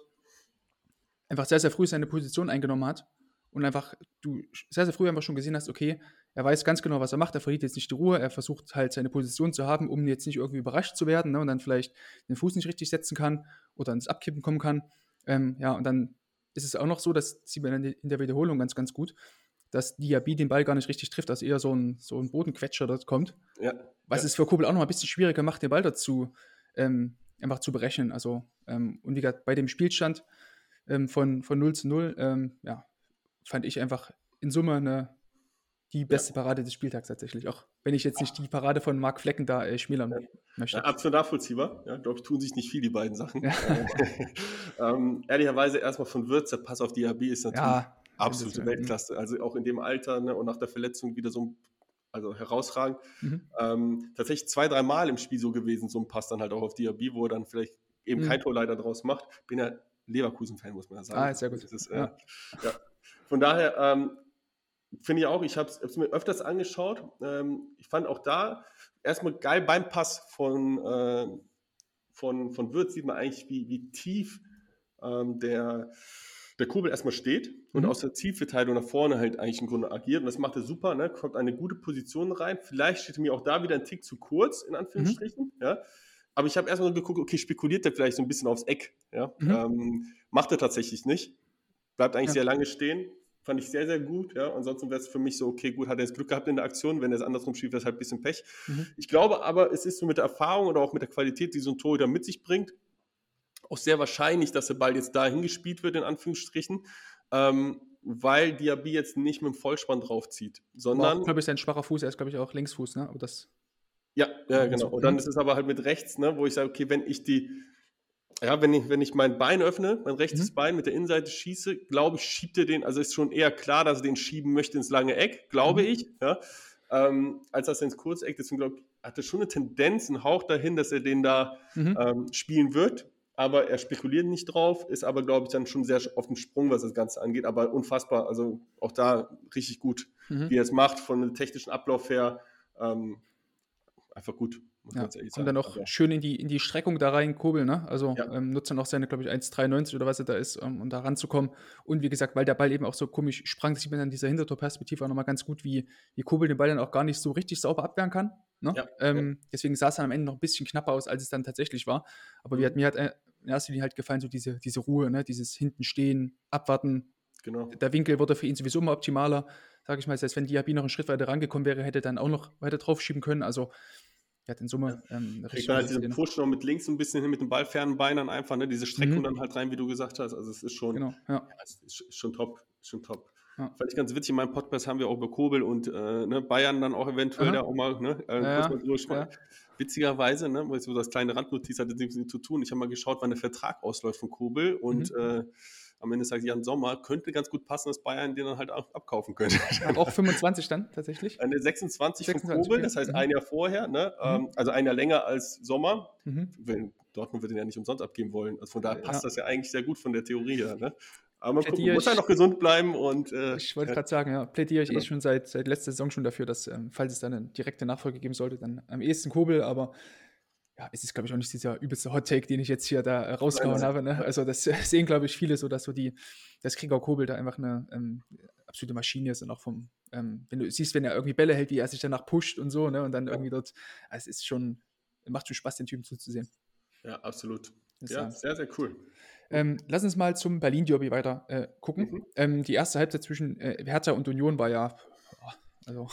einfach sehr, sehr früh seine Position eingenommen hat. Und einfach du sehr, sehr früh einfach schon gesehen hast, okay, er weiß ganz genau, was er macht, er verliert jetzt nicht die Ruhe, er versucht halt seine Position zu haben, um jetzt nicht irgendwie überrascht zu werden, ne, und dann vielleicht den Fuß nicht richtig setzen kann oder ins Abkippen kommen kann. Ähm, ja, und dann ist es auch noch so, das sieht man in der Wiederholung ganz, ganz gut, dass Diaby den Ball gar nicht richtig trifft, dass eher so ein, so ein Bodenquetscher dort kommt, ja, was ja. es für Kobel auch noch mal ein bisschen schwieriger macht, den Ball dazu ähm, einfach zu berechnen. Also, ähm, und wie gesagt, bei dem Spielstand ähm, von, von null zu null, ähm, ja, fand ich einfach in Summe eine, die beste ja. Parade des Spieltags tatsächlich. Auch wenn ich jetzt nicht die Parade von Marc Flecken da äh, schmälern ja. möchte. Ja, absolut nachvollziehbar. Ja, glaube ich, tun sich nicht viel, die beiden Sachen. Ja. ähm, ehrlicherweise erstmal von Würz, der Pass auf Diaby ist natürlich ja, absolute Weltklasse. Also auch in dem Alter, ne, und nach der Verletzung wieder so also herausragend. Mhm. Ähm, tatsächlich zwei, drei Mal im Spiel so gewesen, so ein Pass dann halt auch auf Diaby, wo er dann vielleicht eben mhm. kein Tor leider draus macht. Bin ja Leverkusen-Fan, muss man ja sagen. Ah, sehr gut. Das ist, äh, ja. Ja. Von daher ähm, finde ich auch, ich habe es mir öfters angeschaut. Ähm, ich fand auch da erstmal geil beim Pass von, äh, von, von Würz sieht man eigentlich, wie, wie tief ähm, der, der Kobel erstmal steht und mhm. aus der Zielverteilung nach vorne halt eigentlich im Grunde agiert. Und das macht er super, ne? Kommt eine gute Position rein. Vielleicht steht er mir auch da wieder ein Tick zu kurz, in Anführungsstrichen. Mhm. Ja? Aber ich habe erstmal geguckt, okay, spekuliert er vielleicht so ein bisschen aufs Eck. Ja? Mhm. Ähm, macht er tatsächlich nicht. Bleibt eigentlich ja. sehr lange stehen. Fand ich sehr, sehr gut. Ja. Ansonsten wäre es für mich so, okay, gut, hat er jetzt Glück gehabt in der Aktion. Wenn er es andersrum spielt, wäre es halt ein bisschen Pech. Mhm. Ich glaube aber, es ist so mit der Erfahrung oder auch mit der Qualität, die so ein Torhüter mit sich bringt, auch sehr wahrscheinlich, dass der Ball jetzt dahin gespielt wird, in Anführungsstrichen, ähm, weil Diaby jetzt nicht mit dem Vollspann draufzieht, sondern... Ich glaube, es ist ein schwacher Fuß, er ist, glaube ich, auch Linksfuß, ne? Aber das... Ja, ja, genau. Und dann ist es aber halt mit rechts, ne, wo ich sage, okay, wenn ich die... Ja, wenn ich, wenn ich mein Bein öffne, mein rechtes mhm. Bein mit der Innenseite schieße, glaube ich, schiebt er den, also ist schon eher klar, dass er den schieben möchte ins lange Eck, glaube mhm. ich, ja, ähm, als dass er ins Kurzeck, deswegen glaube ich, hat er schon eine Tendenz, einen Hauch dahin, dass er den da mhm. ähm, spielen wird, aber er spekuliert nicht drauf, ist aber, glaube ich, dann schon sehr auf dem Sprung, was das Ganze angeht, aber unfassbar, also auch da richtig gut, mhm. wie er es macht, von dem technischen Ablauf her, ähm, einfach gut. Ja, kommt dann auch ja. schön in die, in die Streckung da rein, Kobel, ne? Also ja. ähm, nutzt dann auch seine, glaube ich, eins Komma dreiundneunzig oder was er da ist, um, um da ranzukommen. Und wie gesagt, weil der Ball eben auch so komisch sprang, sieht man dann in dieser Hintertorperspektive auch nochmal ganz gut, wie, wie Kobel den Ball dann auch gar nicht so richtig sauber abwehren kann. Ne? Ja. Ähm, ja. Deswegen sah es dann am Ende noch ein bisschen knapper aus, als es dann tatsächlich war. Aber mhm. wie hat, mir hat in erster Linie halt gefallen, so diese, diese Ruhe, ne? Dieses hinten stehen, abwarten. Genau. Der Winkel wurde für ihn sowieso immer optimaler, sage ich mal. Das heißt, wenn Diaby noch einen Schritt weiter rangekommen wäre, hätte er dann auch noch weiter draufschieben können. Also ja, in Summe ähm, eine Kriegt dann halt richtig diesen gute Push noch mit links so ein bisschen hin, mit den ballfernen Beinen einfach, ne, diese Streckung Mhm. dann halt rein, wie du gesagt hast. Also es ist schon, Genau, ja. ja, es ist ist schon top, ist schon top. Ja. Fand ich ganz witzig, in meinem Podcast haben wir auch über Kobel und äh, ne, Bayern dann auch eventuell Aha. da auch mal, ne, äh, Ja, kurz ja, mal drüber gesprochen. ja. Witzigerweise, ne, weil ich so das kleine Randnotiz hatte, nichts zu tun. Ich habe mal geschaut, wann der Vertrag ausläuft von Kobel und Mhm. äh, am Ende sagt Jan Sommer, könnte ganz gut passen, dass Bayern den dann halt auch abkaufen könnte. Ach, auch fünfundzwanzig dann tatsächlich? Eine sechsundzwanzig von sechsundzwanzig, Kobel, okay. das heißt Mhm. ein Jahr vorher, ne? Mhm. ähm, also ein Jahr länger als Sommer. Mhm. Wenn, Dortmund wird den ja nicht umsonst abgeben wollen. Also von daher passt Ja. das ja eigentlich sehr gut von der Theorie her. Ne? Aber mal gucken, Plädiere muss ja ich- noch gesund bleiben und äh, Ich wollte ja, gerade sagen, ja, plädiere ich Genau. eh schon seit, seit letzter Saison schon dafür, dass, ähm, falls es dann eine direkte Nachfolge geben sollte, dann am ehesten Kobel, aber ja, es ist, glaube ich, auch nicht dieser übelste Hot-Take, den ich jetzt hier da äh, rausgehauen Nein, habe. Ne? Also das äh, sehen, glaube ich, viele so, dass so die, dass Gregor Kobel da einfach eine ähm, absolute Maschine ist und auch vom, ähm, wenn du siehst, wenn er irgendwie Bälle hält, wie er sich danach pusht und so, ne, und dann irgendwie dort, also es ist schon, macht schon Spaß, den Typen zuzusehen. ja, absolut. Das Ja, sagen. sehr, sehr cool. Ähm, lass uns mal zum Berlin-Derby weiter äh, gucken. Mhm. Ähm, die erste Halbzeit zwischen äh, Hertha und Union war ja, oh, also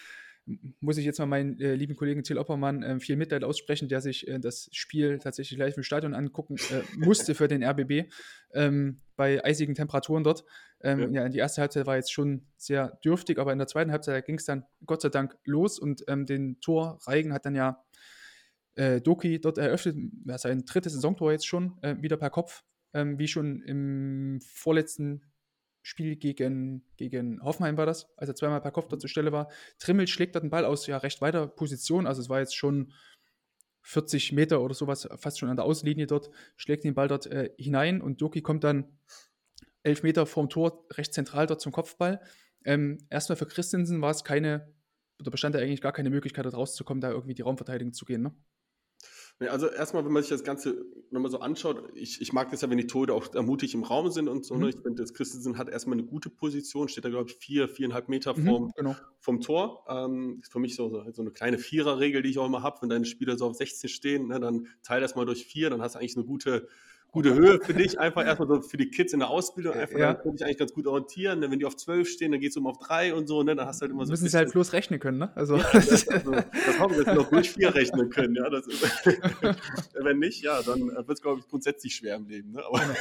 muss ich jetzt mal meinen äh, lieben Kollegen Till Oppermann äh, viel Mitleid aussprechen, der sich äh, das Spiel tatsächlich live im Stadion angucken äh, musste für den R B B ähm, bei eisigen Temperaturen dort. Ähm, ja. ja, die erste Halbzeit war jetzt schon sehr dürftig, aber in der zweiten Halbzeit ging es dann Gott sei Dank los und ähm, den Tor Reigen hat dann ja äh, Doki dort eröffnet, ja, sein drittes Saisontor jetzt schon, äh, wieder per Kopf, ähm, wie schon im vorletzten Spiel gegen, gegen Hoffenheim war das, als er zweimal per Kopf dort zur Stelle war. Trimmel schlägt dort den Ball aus ja recht weiter Position, also es war jetzt schon vierzig Meter oder sowas, fast schon an der Außenlinie dort, schlägt den Ball dort äh, hinein und Doki kommt dann elf Meter vorm Tor, recht zentral dort zum Kopfball. Ähm, erstmal für Christensen war es keine, oder bestand da eigentlich gar keine Möglichkeit, dort rauszukommen, da irgendwie die Raumverteidigung zu gehen, ne? Also erstmal, wenn man sich das Ganze nochmal so anschaut, ich, ich mag das ja, wenn die Tore auch ermutigt im Raum sind und so. Mhm. Ne? Ich finde, das Christensen hat erstmal eine gute Position, steht da, glaube ich, vier, viereinhalb Meter Mhm, vom, genau. vom Tor. Ähm, ist für mich so, so, so eine kleine Viererregel, die ich auch immer habe. Wenn deine Spieler so auf sechzehn stehen, ne, dann teil das mal durch vier, dann hast du eigentlich eine gute, gute Höhe für dich. Einfach erstmal so für die Kids in der Ausbildung. Einfach, Ja. dann kann ich eigentlich ganz gut orientieren. Ne? Wenn die auf zwölf stehen, dann geht es um auf drei und so. Ne? Dann hast du halt immer so Müssen ein sie halt bisschen- bloß rechnen können, ne? Also, ja, das, also, das hoffen wir, dass wir noch durch vier rechnen können. Ja, das ist, wenn nicht, ja, dann wird es, glaube ich, grundsätzlich schwer im Leben. Ne? Aber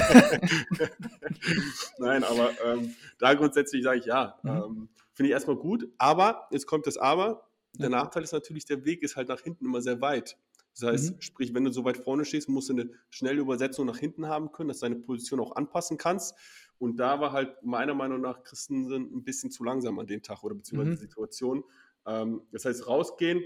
Nein, aber ähm, da grundsätzlich sage ich ja, Mhm. ähm, finde ich erstmal gut. Aber, jetzt kommt das Aber, der Ja. Nachteil ist natürlich, der Weg ist halt nach hinten immer sehr weit. Das heißt, Mhm. sprich, wenn du so weit vorne stehst, musst du eine schnelle Übersetzung nach hinten haben können, dass du deine Position auch anpassen kannst. Und da war halt meiner Meinung nach Christensen ein bisschen zu langsam an dem Tag oder beziehungsweise Mhm. die Situation. Ähm, das heißt, rausgehen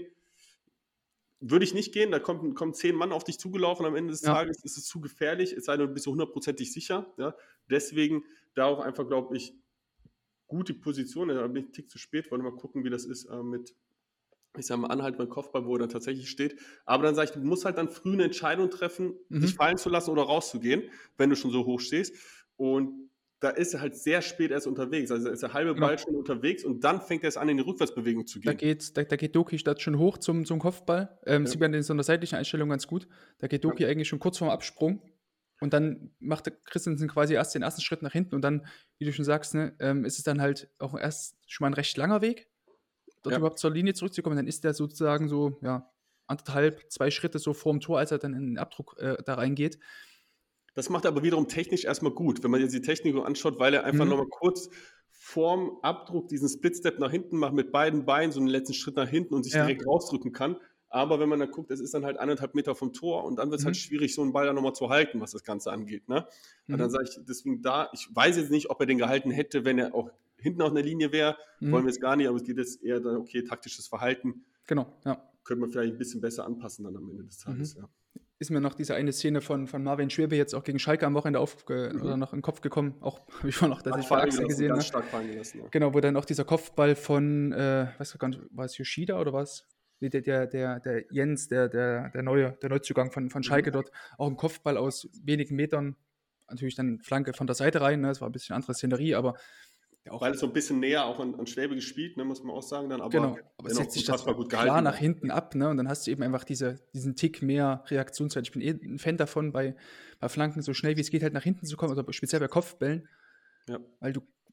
würde ich nicht gehen, da kommen, kommen zehn Mann auf dich zugelaufen, am Ende des Ja. Tages ist es zu gefährlich, es sei denn, du bist so hundertprozentig sicher. Ja? Deswegen da auch einfach, glaube ich, gute Position, da bin ich einen Tick zu spät, wollen wir mal gucken, wie das ist äh, mit, ich sage mal, Anhalt beim Kopfball, wo er dann tatsächlich steht. Aber dann sage ich, du musst halt dann früh eine Entscheidung treffen, Mhm. dich fallen zu lassen oder rauszugehen, wenn du schon so hoch stehst. Und da ist er halt sehr spät erst unterwegs. Also ist der halbe Genau. Ball schon unterwegs und dann fängt er es an, in die Rückwärtsbewegung zu Da gehen. geht, da, da geht Doki statt schon hoch zum, zum Kopfball. Ähm, Ja. Sieht man in so einer seitlichen Einstellung ganz gut. Da geht Doki eigentlich schon kurz vorm Absprung. Und dann macht der Christensen quasi erst den ersten Schritt nach hinten. Und dann, wie du schon sagst, ne, ähm, ist es dann halt auch erst schon mal ein recht langer Weg, dort Ja. überhaupt zur Linie zurückzukommen. Dann ist der sozusagen so, ja, anderthalb, zwei Schritte so vorm Tor, als er dann in den Abdruck äh, da reingeht. Das macht er aber wiederum technisch erstmal gut, wenn man jetzt die Technik anschaut, weil er einfach Mhm. nochmal kurz vorm Abdruck diesen Split-Step nach hinten macht, mit beiden Beinen so einen letzten Schritt nach hinten und sich Ja. direkt rausdrücken kann. Aber wenn man dann guckt, es ist dann halt eineinhalb Meter vom Tor und dann wird es Mhm. halt schwierig, so einen Ball dann nochmal zu halten, was das Ganze angeht. Ne? Und Mhm. dann sage ich deswegen da, ich weiß jetzt nicht, ob er den gehalten hätte, wenn er auch hinten auf einer Linie wäre, Mhm. wollen wir jetzt gar nicht, aber es geht jetzt eher dann, okay, taktisches Verhalten Genau, ja. könnte man vielleicht ein bisschen besser anpassen dann am Ende des Tages. Mhm. Ja. Ist mir noch diese eine Szene von, von Marvin Schwebe jetzt auch gegen Schalke am Wochenende aufge Mhm. oder noch in den Kopf gekommen. Auch habe ich mal noch, dass Hat ich bei fallen Axel gelassen, gesehen ganz habe. stark fallen gelassen. Ja. Genau, wo dann auch dieser Kopfball von, äh, weiß gar nicht, war es Yoshida oder was? Nee, Der, der, der, der Jens, der, der, der, neue, der Neuzugang von, von Schalke dort, auch ein Kopfball aus wenigen Metern, natürlich dann Flanke von der Seite rein, ne? Das war ein bisschen andere Szenerie, aber ja auch Weil es so ein bisschen näher auch an, an Schwäbe gespielt, ne, muss man auch sagen dann, aber, genau, aber dennoch setzt sich das unfassbar gut klar gehalten. nach hinten ab, ne? Und dann hast du eben einfach diese, diesen Tick mehr Reaktionszeit. Ich bin eh ein Fan davon, bei, bei Flanken so schnell wie es geht halt nach hinten zu kommen, oder speziell bei Kopfbällen, Ja. weil du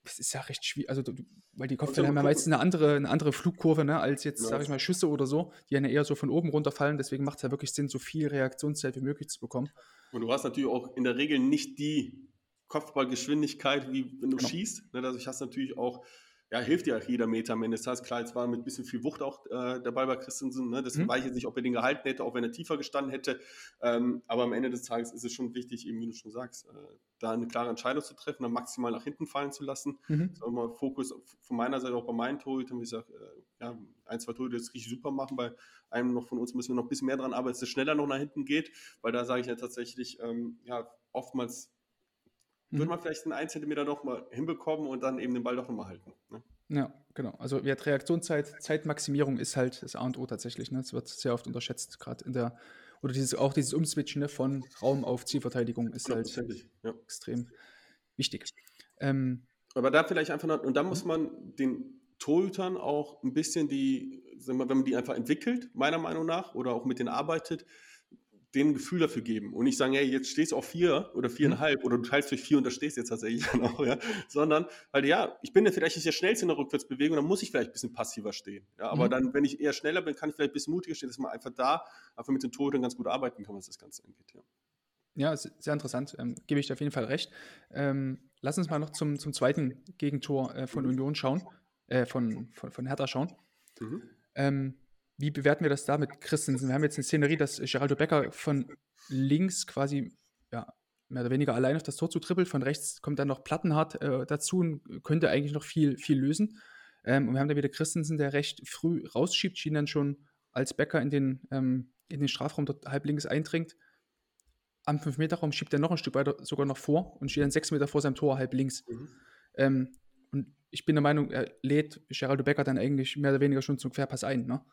das ist ja recht schwierig, also du, weil die Kopfbälle haben ja meistens eine andere, eine andere Flugkurve, ne, als jetzt, ja. sage ich mal, Schüsse oder so, die ja eher so von oben runterfallen. Deswegen macht es ja wirklich Sinn, so viel Reaktionszeit wie möglich zu bekommen. Und du hast natürlich auch in der Regel nicht die Kopfballgeschwindigkeit, wie wenn du Genau. schießt. Ne, also ich hast natürlich auch, ja, hilft dir auch jeder Meter am Ende des Tages. Klar, jetzt war mit ein bisschen viel Wucht auch äh, der Ball bei Christensen. Ne? Deswegen mhm. weiß ich jetzt nicht, ob er den gehalten hätte, auch wenn er tiefer gestanden hätte. Ähm, aber am Ende des Tages ist es schon wichtig, eben wie du schon sagst, äh, da eine klare Entscheidung zu treffen, dann maximal nach hinten fallen zu lassen. Mhm. Das ist auch immer Fokus von meiner Seite, auch bei meinen Torhütern. Wie gesagt, äh, ja, ein, zwei Torhüter, die das richtig super machen. Bei einem noch von uns müssen wir noch ein bisschen mehr dran arbeiten, dass es schneller noch nach hinten geht. Weil da sage ich ja tatsächlich, ähm, ja, oftmals würde man vielleicht einen einen Zentimeter noch mal hinbekommen und dann eben den Ball doch noch mal halten. Ne? Ja, genau. Also ja, Reaktionszeit, Zeitmaximierung ist halt das A und O tatsächlich. Ne? Das wird sehr oft unterschätzt, gerade in der, oder dieses, auch dieses Umswitchen, ne, von Raum auf Zielverteidigung ist halt ja. extrem wichtig. Ähm, Aber da vielleicht einfach noch, und da muss man den Torhütern auch ein bisschen die, sagen wir, wenn man die einfach entwickelt, meiner Meinung nach, oder auch mit denen arbeitet, dem ein Gefühl dafür geben und nicht sagen, hey, jetzt stehst du auf vier oder viereinhalb mhm. oder du teilst durch vier und da stehst jetzt tatsächlich dann auch, ja, sondern halt, ja, ich bin ja vielleicht nicht der Schnellste in der Rückwärtsbewegung, dann muss ich vielleicht ein bisschen passiver stehen, ja, aber mhm. dann, wenn ich eher schneller bin, kann ich vielleicht ein bisschen mutiger stehen, dass man einfach da einfach mit den Torhütern ganz gut arbeiten kann, was das Ganze angeht, ja. Ja, sehr interessant, ähm, gebe ich dir auf jeden Fall recht. Ähm, lass uns mal noch zum, zum zweiten Gegentor äh, von mhm. Union schauen, äh, von, von, von Hertha schauen. Mhm. Ähm, Wie bewerten wir das da mit Christensen? Wir haben jetzt eine Szenerie, dass Geraldo Becker von links quasi ja, mehr oder weniger allein auf das Tor zu trippelt. Von rechts kommt dann noch Plattenhardt äh, dazu und könnte eigentlich noch viel, viel lösen. Ähm, und wir haben da wieder Christensen, der recht früh rausschiebt, schien dann schon als Becker in den, ähm, in den Strafraum dort halb links eindringt. Am fünf Meter Raum schiebt er noch ein Stück weiter sogar noch vor und steht dann sechs Meter vor seinem Tor halb links. Mhm. Ähm, und ich bin der Meinung, er lädt Geraldo Becker dann eigentlich mehr oder weniger schon zum Querpass ein, ne?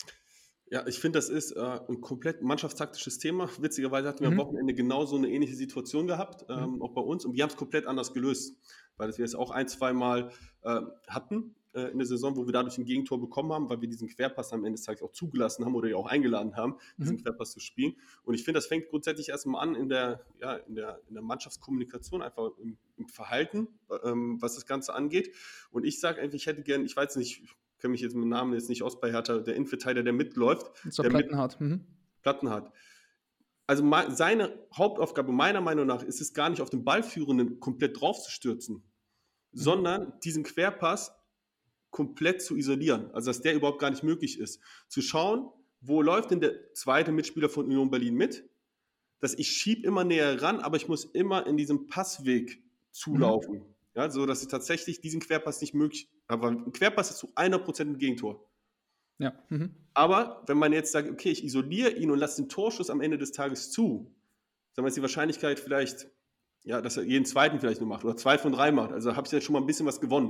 Ja, ich finde, das ist äh, ein komplett mannschaftstaktisches Thema. Witzigerweise hatten wir mhm. am Wochenende genau so eine ähnliche Situation gehabt, ähm, mhm. auch bei uns. Und wir haben es komplett anders gelöst, weil wir es auch ein, zwei Mal äh, hatten äh, in der Saison, wo wir dadurch ein Gegentor bekommen haben, weil wir diesen Querpass am Ende des Tages auch zugelassen haben oder ja auch eingeladen haben, mhm. diesen Querpass zu spielen. Und ich finde, das fängt grundsätzlich erstmal an in der, ja, in der, in der Mannschaftskommunikation, einfach im, im Verhalten, ähm, was das Ganze angeht. Und ich sage einfach, ich hätte gern, ich weiß nicht, ich kenne mich jetzt mit dem Namen jetzt nicht aus bei Hertha, der Innenverteidiger, der mitläuft. So der Plattenhardt. Mit, mhm. Plattenhardt. Also ma, seine Hauptaufgabe meiner Meinung nach ist es gar nicht, auf den Ballführenden komplett drauf zu stürzen, mhm. sondern diesen Querpass komplett zu isolieren. Also dass der überhaupt gar nicht möglich ist. Zu schauen, wo läuft denn der zweite Mitspieler von Union Berlin mit, dass ich schiebe immer näher ran, aber ich muss immer in diesem Passweg zulaufen. Mhm. Ja, so dass ich tatsächlich diesen Querpass nicht möglich, aber ein Querpass ist zu hundert Prozent ein Gegentor. Ja. Mhm. Aber wenn man jetzt sagt, okay, ich isoliere ihn und lasse den Torschuss am Ende des Tages zu, dann ist die Wahrscheinlichkeit vielleicht, ja, dass er jeden zweiten vielleicht nur macht oder zwei von drei macht. Also habe ich jetzt schon mal ein bisschen was gewonnen.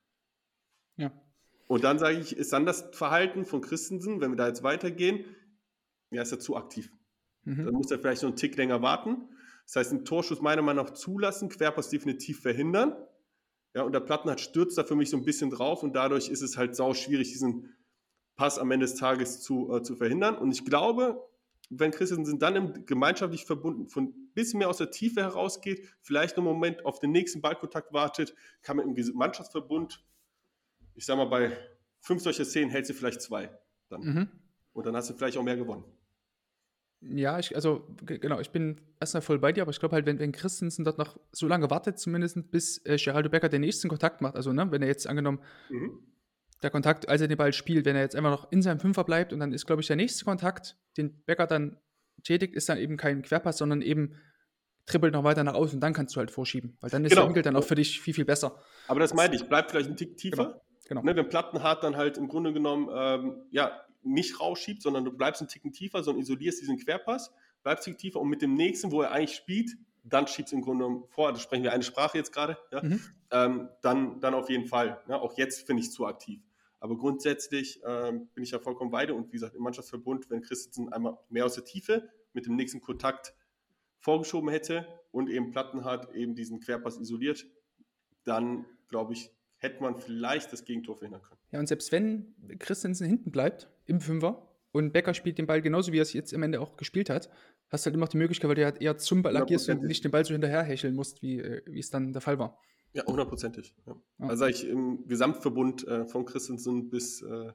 Ja. Und dann sage ich, ist dann das Verhalten von Christensen, wenn wir da jetzt weitergehen, ja, ist er zu aktiv. Mhm. Dann muss er vielleicht noch einen Tick länger warten. Das heißt, einen Torschuss meiner Meinung nach zulassen, Querpass definitiv verhindern. Ja, und der Plattenhardt stürzt da für mich so ein bisschen drauf und dadurch ist es halt sau schwierig, diesen Pass am Ende des Tages zu, äh, zu verhindern. Und ich glaube, wenn Christensen dann im gemeinschaftlich verbunden von ein bisschen mehr aus der Tiefe herausgeht, vielleicht einen Moment auf den nächsten Ballkontakt wartet, kann man im Mannschaftsverbund, ich sag mal, bei fünf solcher Szenen hält sie vielleicht zwei dann. Mhm. Und dann hast du vielleicht auch mehr gewonnen. Ja, ich, also g- genau, ich bin erstmal voll bei dir, aber ich glaube halt, wenn, wenn Christensen dort noch so lange wartet, zumindest bis äh, Geraldo Becker den nächsten Kontakt macht, also ne, wenn er jetzt angenommen, mhm. der Kontakt, als er den Ball spielt, wenn er jetzt einfach noch in seinem Fünfer bleibt und dann ist, glaube ich, der nächste Kontakt, den Becker dann tätigt, ist dann eben kein Querpass, sondern eben trippelt noch weiter nach außen und dann kannst du halt vorschieben, weil dann ist genau. der Winkel dann auch für dich viel, viel besser. Aber das meinte ich, bleib vielleicht ein Tick tiefer, genau. Genau. Ne, wenn Plattenhardt dann halt im Grunde genommen ähm, ja, nicht rausschiebt, sondern du bleibst einen Ticken tiefer, sondern isolierst diesen Querpass, bleibst einen Tick tiefer und mit dem nächsten, wo er eigentlich spielt, dann schiebst du im Grunde genommen vor, da sprechen wir eine Sprache jetzt gerade, ja, mhm. ähm, dann, dann auf jeden Fall. Ja, auch jetzt finde ich es zu aktiv. Aber grundsätzlich ähm, bin ich ja vollkommen bei dir und wie gesagt, im Mannschaftsverbund, wenn Christensen einmal mehr aus der Tiefe mit dem nächsten Kontakt vorgeschoben hätte und eben Plattenhardt eben diesen Querpass isoliert, dann glaube ich, hätte man vielleicht das Gegentor verhindern können. Ja, und selbst wenn Christensen hinten bleibt, im Fünfer, und Becker spielt den Ball genauso, wie er es jetzt am Ende auch gespielt hat, hast du halt immer noch die Möglichkeit, weil du halt eher zum Ball agierst und nicht den Ball so hinterher hecheln musst, wie, wie es dann der Fall war. Ja, hundertprozentig. Ja. Ja. Also ich im Gesamtverbund äh, von Christensen bis äh,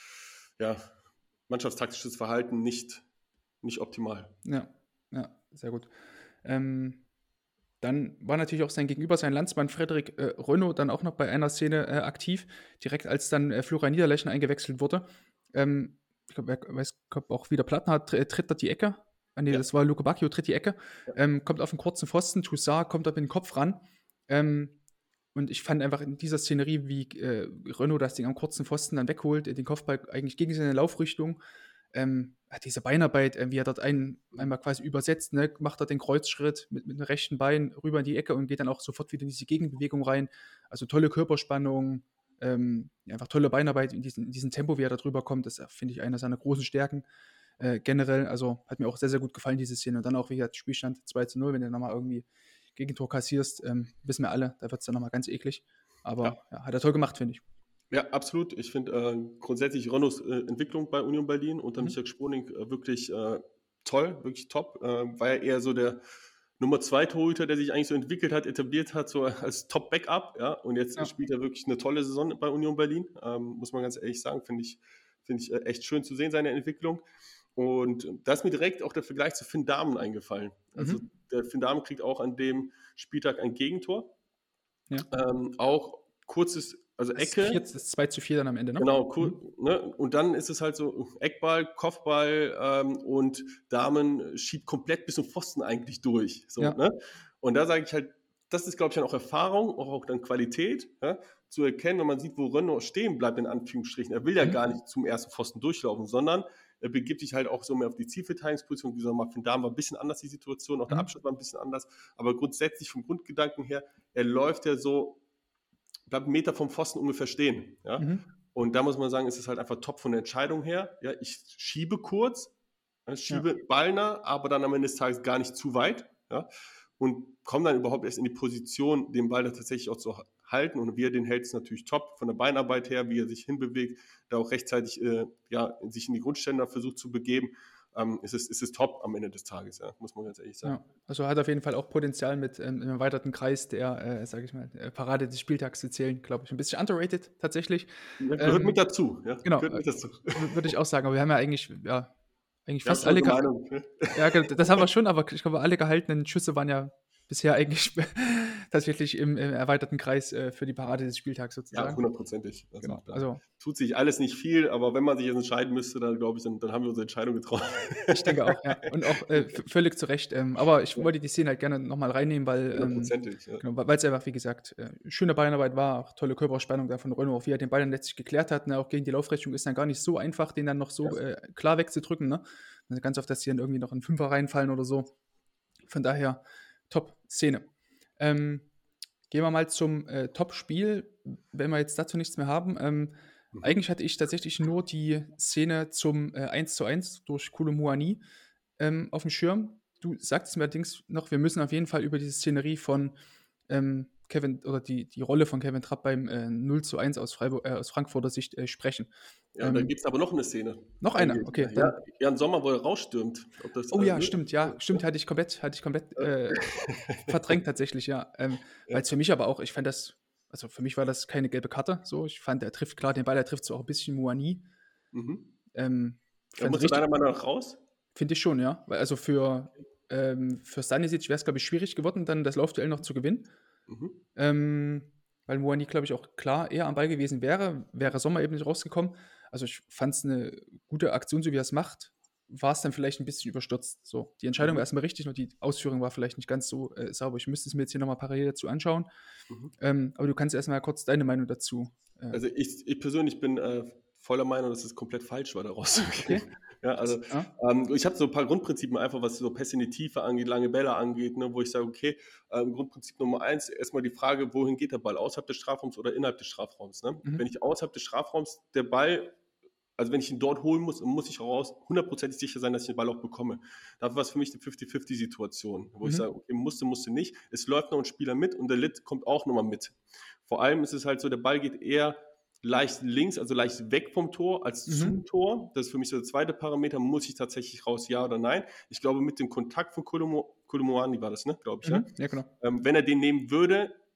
ja, mannschaftstaktisches Verhalten nicht, nicht optimal. Ja, ja, sehr gut. Ähm, dann war natürlich auch sein Gegenüber, sein Landsmann Frederik äh, Renaud, dann auch noch bei einer Szene äh, aktiv, direkt als dann äh, Florian Niederlechner eingewechselt wurde. Ähm, ich glaube, er weiß glaub auch wieder Platten hat, tritt, tritt dort die Ecke. Ah, nee, Ja. das war Luke Bacchio, tritt die Ecke, Ja. ähm, kommt auf einen kurzen Pfosten, Toussaint kommt auf den Kopf ran. Ähm, und ich fand einfach in dieser Szenerie, wie äh, Renaud das Ding am kurzen Pfosten dann wegholt, äh, den Kopfball eigentlich gegen seine Laufrichtung. Ähm, diese Beinarbeit, äh, wie er dort einen, einmal quasi übersetzt, ne, macht er den Kreuzschritt mit, mit dem rechten Bein rüber in die Ecke und geht dann auch sofort wieder in diese Gegenbewegung rein. Also tolle Körperspannung, ähm, ja, einfach tolle Beinarbeit in diesem, in diesem Tempo, wie er da drüber kommt. Das finde ich eine seiner großen Stärken äh, generell. Also hat mir auch sehr, sehr gut gefallen, diese Szene. Und dann auch, wie gesagt, Spielstand zwei zu null, wenn du nochmal irgendwie Gegentor kassierst, ähm, wissen wir alle, da wird es dann nochmal ganz eklig. Aber ja. Ja, hat er toll gemacht, finde ich. Ja, absolut. Ich finde äh, grundsätzlich Renaus äh, Entwicklung bei Union Berlin unter Mhm. Michael Sproning äh, wirklich äh, toll, wirklich top. Äh, war ja eher so der Nummer zwei Torhüter, der sich eigentlich so entwickelt hat, etabliert hat, so als Top-Backup. Ja? Und jetzt Ja. spielt er wirklich eine tolle Saison bei Union Berlin, ähm, muss man ganz ehrlich sagen. Finde ich, find ich äh, echt schön zu sehen, seine Entwicklung. Und da ist mir direkt auch der Vergleich zu Finn Dahmen eingefallen. Also Mhm. der Finn Dahmen kriegt auch an dem Spieltag ein Gegentor. Ja. Ähm, auch kurzes, also Das Ecke. vier, das zwei zu vier dann am Ende, ne? Genau, cool. Mhm. Ne? Und dann ist es halt so Eckball, Kopfball ähm, und Damen schiebt komplett bis zum Pfosten eigentlich durch. So, Ja. ne? Und da sage ich halt, das ist, glaube ich, dann auch Erfahrung, auch, auch dann Qualität, ja? Zu erkennen, wenn man sieht, wo Renaud stehen bleibt, in Anführungsstrichen. Er will ja Mhm. gar nicht zum ersten Pfosten durchlaufen, sondern er begibt sich halt auch so mehr auf die Zielverteidigungsposition. Wie gesagt, mal, von Damen war ein bisschen anders die Situation, auch der Mhm. Abschluss war ein bisschen anders. Aber grundsätzlich vom Grundgedanken her, er läuft ja so, bleibt einen Meter vom Pfosten ungefähr stehen. Ja? Mhm. Und da muss man sagen, ist es halt einfach top von der Entscheidung her. Ja, ich schiebe kurz, ja, schiebe Ja. ballnah, aber dann am Ende des Tages gar nicht zu weit. Ja, und komme dann überhaupt erst in die Position, den Ball dann tatsächlich auch zu halten. Und wie er den hält, ist natürlich top. Von der Beinarbeit her, wie er sich hinbewegt, da auch rechtzeitig äh, ja, sich in die Grundständer versucht zu begeben. Ähm, ist, es, ist es top am Ende des Tages, ja, muss man ganz ehrlich sagen. Ja, also hat auf jeden Fall auch Potenzial mit ähm, im erweiterten Kreis der, äh, sage ich mal, äh, Parade des Spieltags zu zählen, glaube ich. Ein bisschen underrated tatsächlich. Ja, gehört Ähm, mit dazu. Ja, genau, gehört mit dazu. w- würde ich auch sagen. Aber wir haben ja eigentlich, ja, eigentlich Wir fast haben alle, unsere ge Meinung, ne? ja, ge- das haben wir schon, aber ich glaube, alle gehaltenen Schüsse waren ja bisher eigentlich tatsächlich im, im erweiterten Kreis äh, für die Parade des Spieltags Ja, sozusagen. hundertprozentig. Also, Genau, da also tut sich alles nicht viel, aber wenn man sich jetzt entscheiden müsste, dann glaube ich, dann, dann haben wir unsere Entscheidung getroffen. ich denke auch, ja. Und auch äh, v- völlig zu Recht. Ähm, aber ich Ja. wollte die Szene halt gerne nochmal reinnehmen, weil ähm, Hundertprozentig. Ja. genau, weil es einfach, wie gesagt, äh, schöne Beinarbeit war, auch tolle Körperspannung da von Renaud, auch wie er den Ball dann letztlich geklärt hat. Ne? Auch gegen die Laufrichtung ist dann gar nicht so einfach, den dann noch so Ja. äh, klar wegzudrücken. Ne? Also ganz oft, dass die dann irgendwie noch in Fünfer reinfallen oder so. Von daher, Top-Szene. Ähm, gehen wir mal zum äh, Top-Spiel, wenn wir jetzt dazu nichts mehr haben. Ähm, Mhm. Eigentlich hatte ich tatsächlich nur die Szene zum äh, eins zu eins durch Koulibaly ähm, auf dem Schirm. Du sagtest mir allerdings noch, wir müssen auf jeden Fall über diese Szenerie von ähm, Kevin oder die, die Rolle von Kevin Trapp beim äh, null zu eins aus, Freiburg, äh, aus Frankfurter Sicht äh, sprechen. Ja, und da Ähm, gibt es aber noch eine Szene. noch eine, Eigentlich. okay. Ja, Dann, Jan Sommer, wo er rausstürmt. Ob das, oh äh, ja, ne? stimmt, ja, stimmt, hatte ich komplett, hatte ich komplett äh, verdrängt tatsächlich, ja. Ähm, Ja. Weil es für mich aber auch, ich fand das, also für mich war das keine gelbe Karte, so. Ich fand, er trifft klar den Ball, er trifft so auch ein bisschen Muani. Mhm. Ähm, Er fand musste richtig, deiner Meinung nach raus? finde ich schon, ja. Weil also für, ähm, für Stanisic wäre es, glaube ich, schwierig geworden, dann das Laufduell noch zu gewinnen. Mhm. Ähm, weil Muani, glaube ich, auch klar eher am Ball gewesen wäre, wäre Sommer eben nicht rausgekommen. Also ich fand es eine gute Aktion, so wie er es macht. War es dann vielleicht ein bisschen überstürzt. So, die Entscheidung Mhm. war erstmal richtig und die Ausführung war vielleicht nicht ganz so äh, sauber. Ich müsste es mir jetzt hier nochmal parallel dazu anschauen. Mhm. Ähm, aber du kannst erstmal kurz deine Meinung dazu. Äh, Also ich, ich persönlich bin äh, voller Meinung, dass es komplett falsch war, da rauszugehen. Okay. Ja, also ja? ähm, ich habe so ein paar Grundprinzipien einfach, was so Pässe in die Tiefe angeht, lange Bälle angeht, ne, wo ich sage, okay, ähm, Grundprinzip Nummer eins, erstmal die Frage, wohin geht der Ball, außerhalb des Strafraums oder innerhalb des Strafraums. Ne? Mhm. Wenn ich außerhalb des Strafraums der Ball, also wenn ich ihn dort holen muss, muss ich raus hundertprozentig sicher sein, dass ich den Ball auch bekomme. Dafür war es für mich eine fünfzig fünfzig Situation, wo Mhm. ich sage, okay, musste, musste nicht. Es läuft noch ein Spieler mit und der Lit kommt auch nochmal mit. Vor allem ist es halt so, der Ball geht eher leicht links, also leicht weg vom Tor als Mhm. zum Tor. Das ist für mich so der zweite Parameter. Muss ich tatsächlich raus, ja oder nein? Ich glaube, mit dem Kontakt von Koulibaly war das, ne? Glaube ich, ja. Mhm. Ja, genau. Ähm, wenn er den nehmen würde,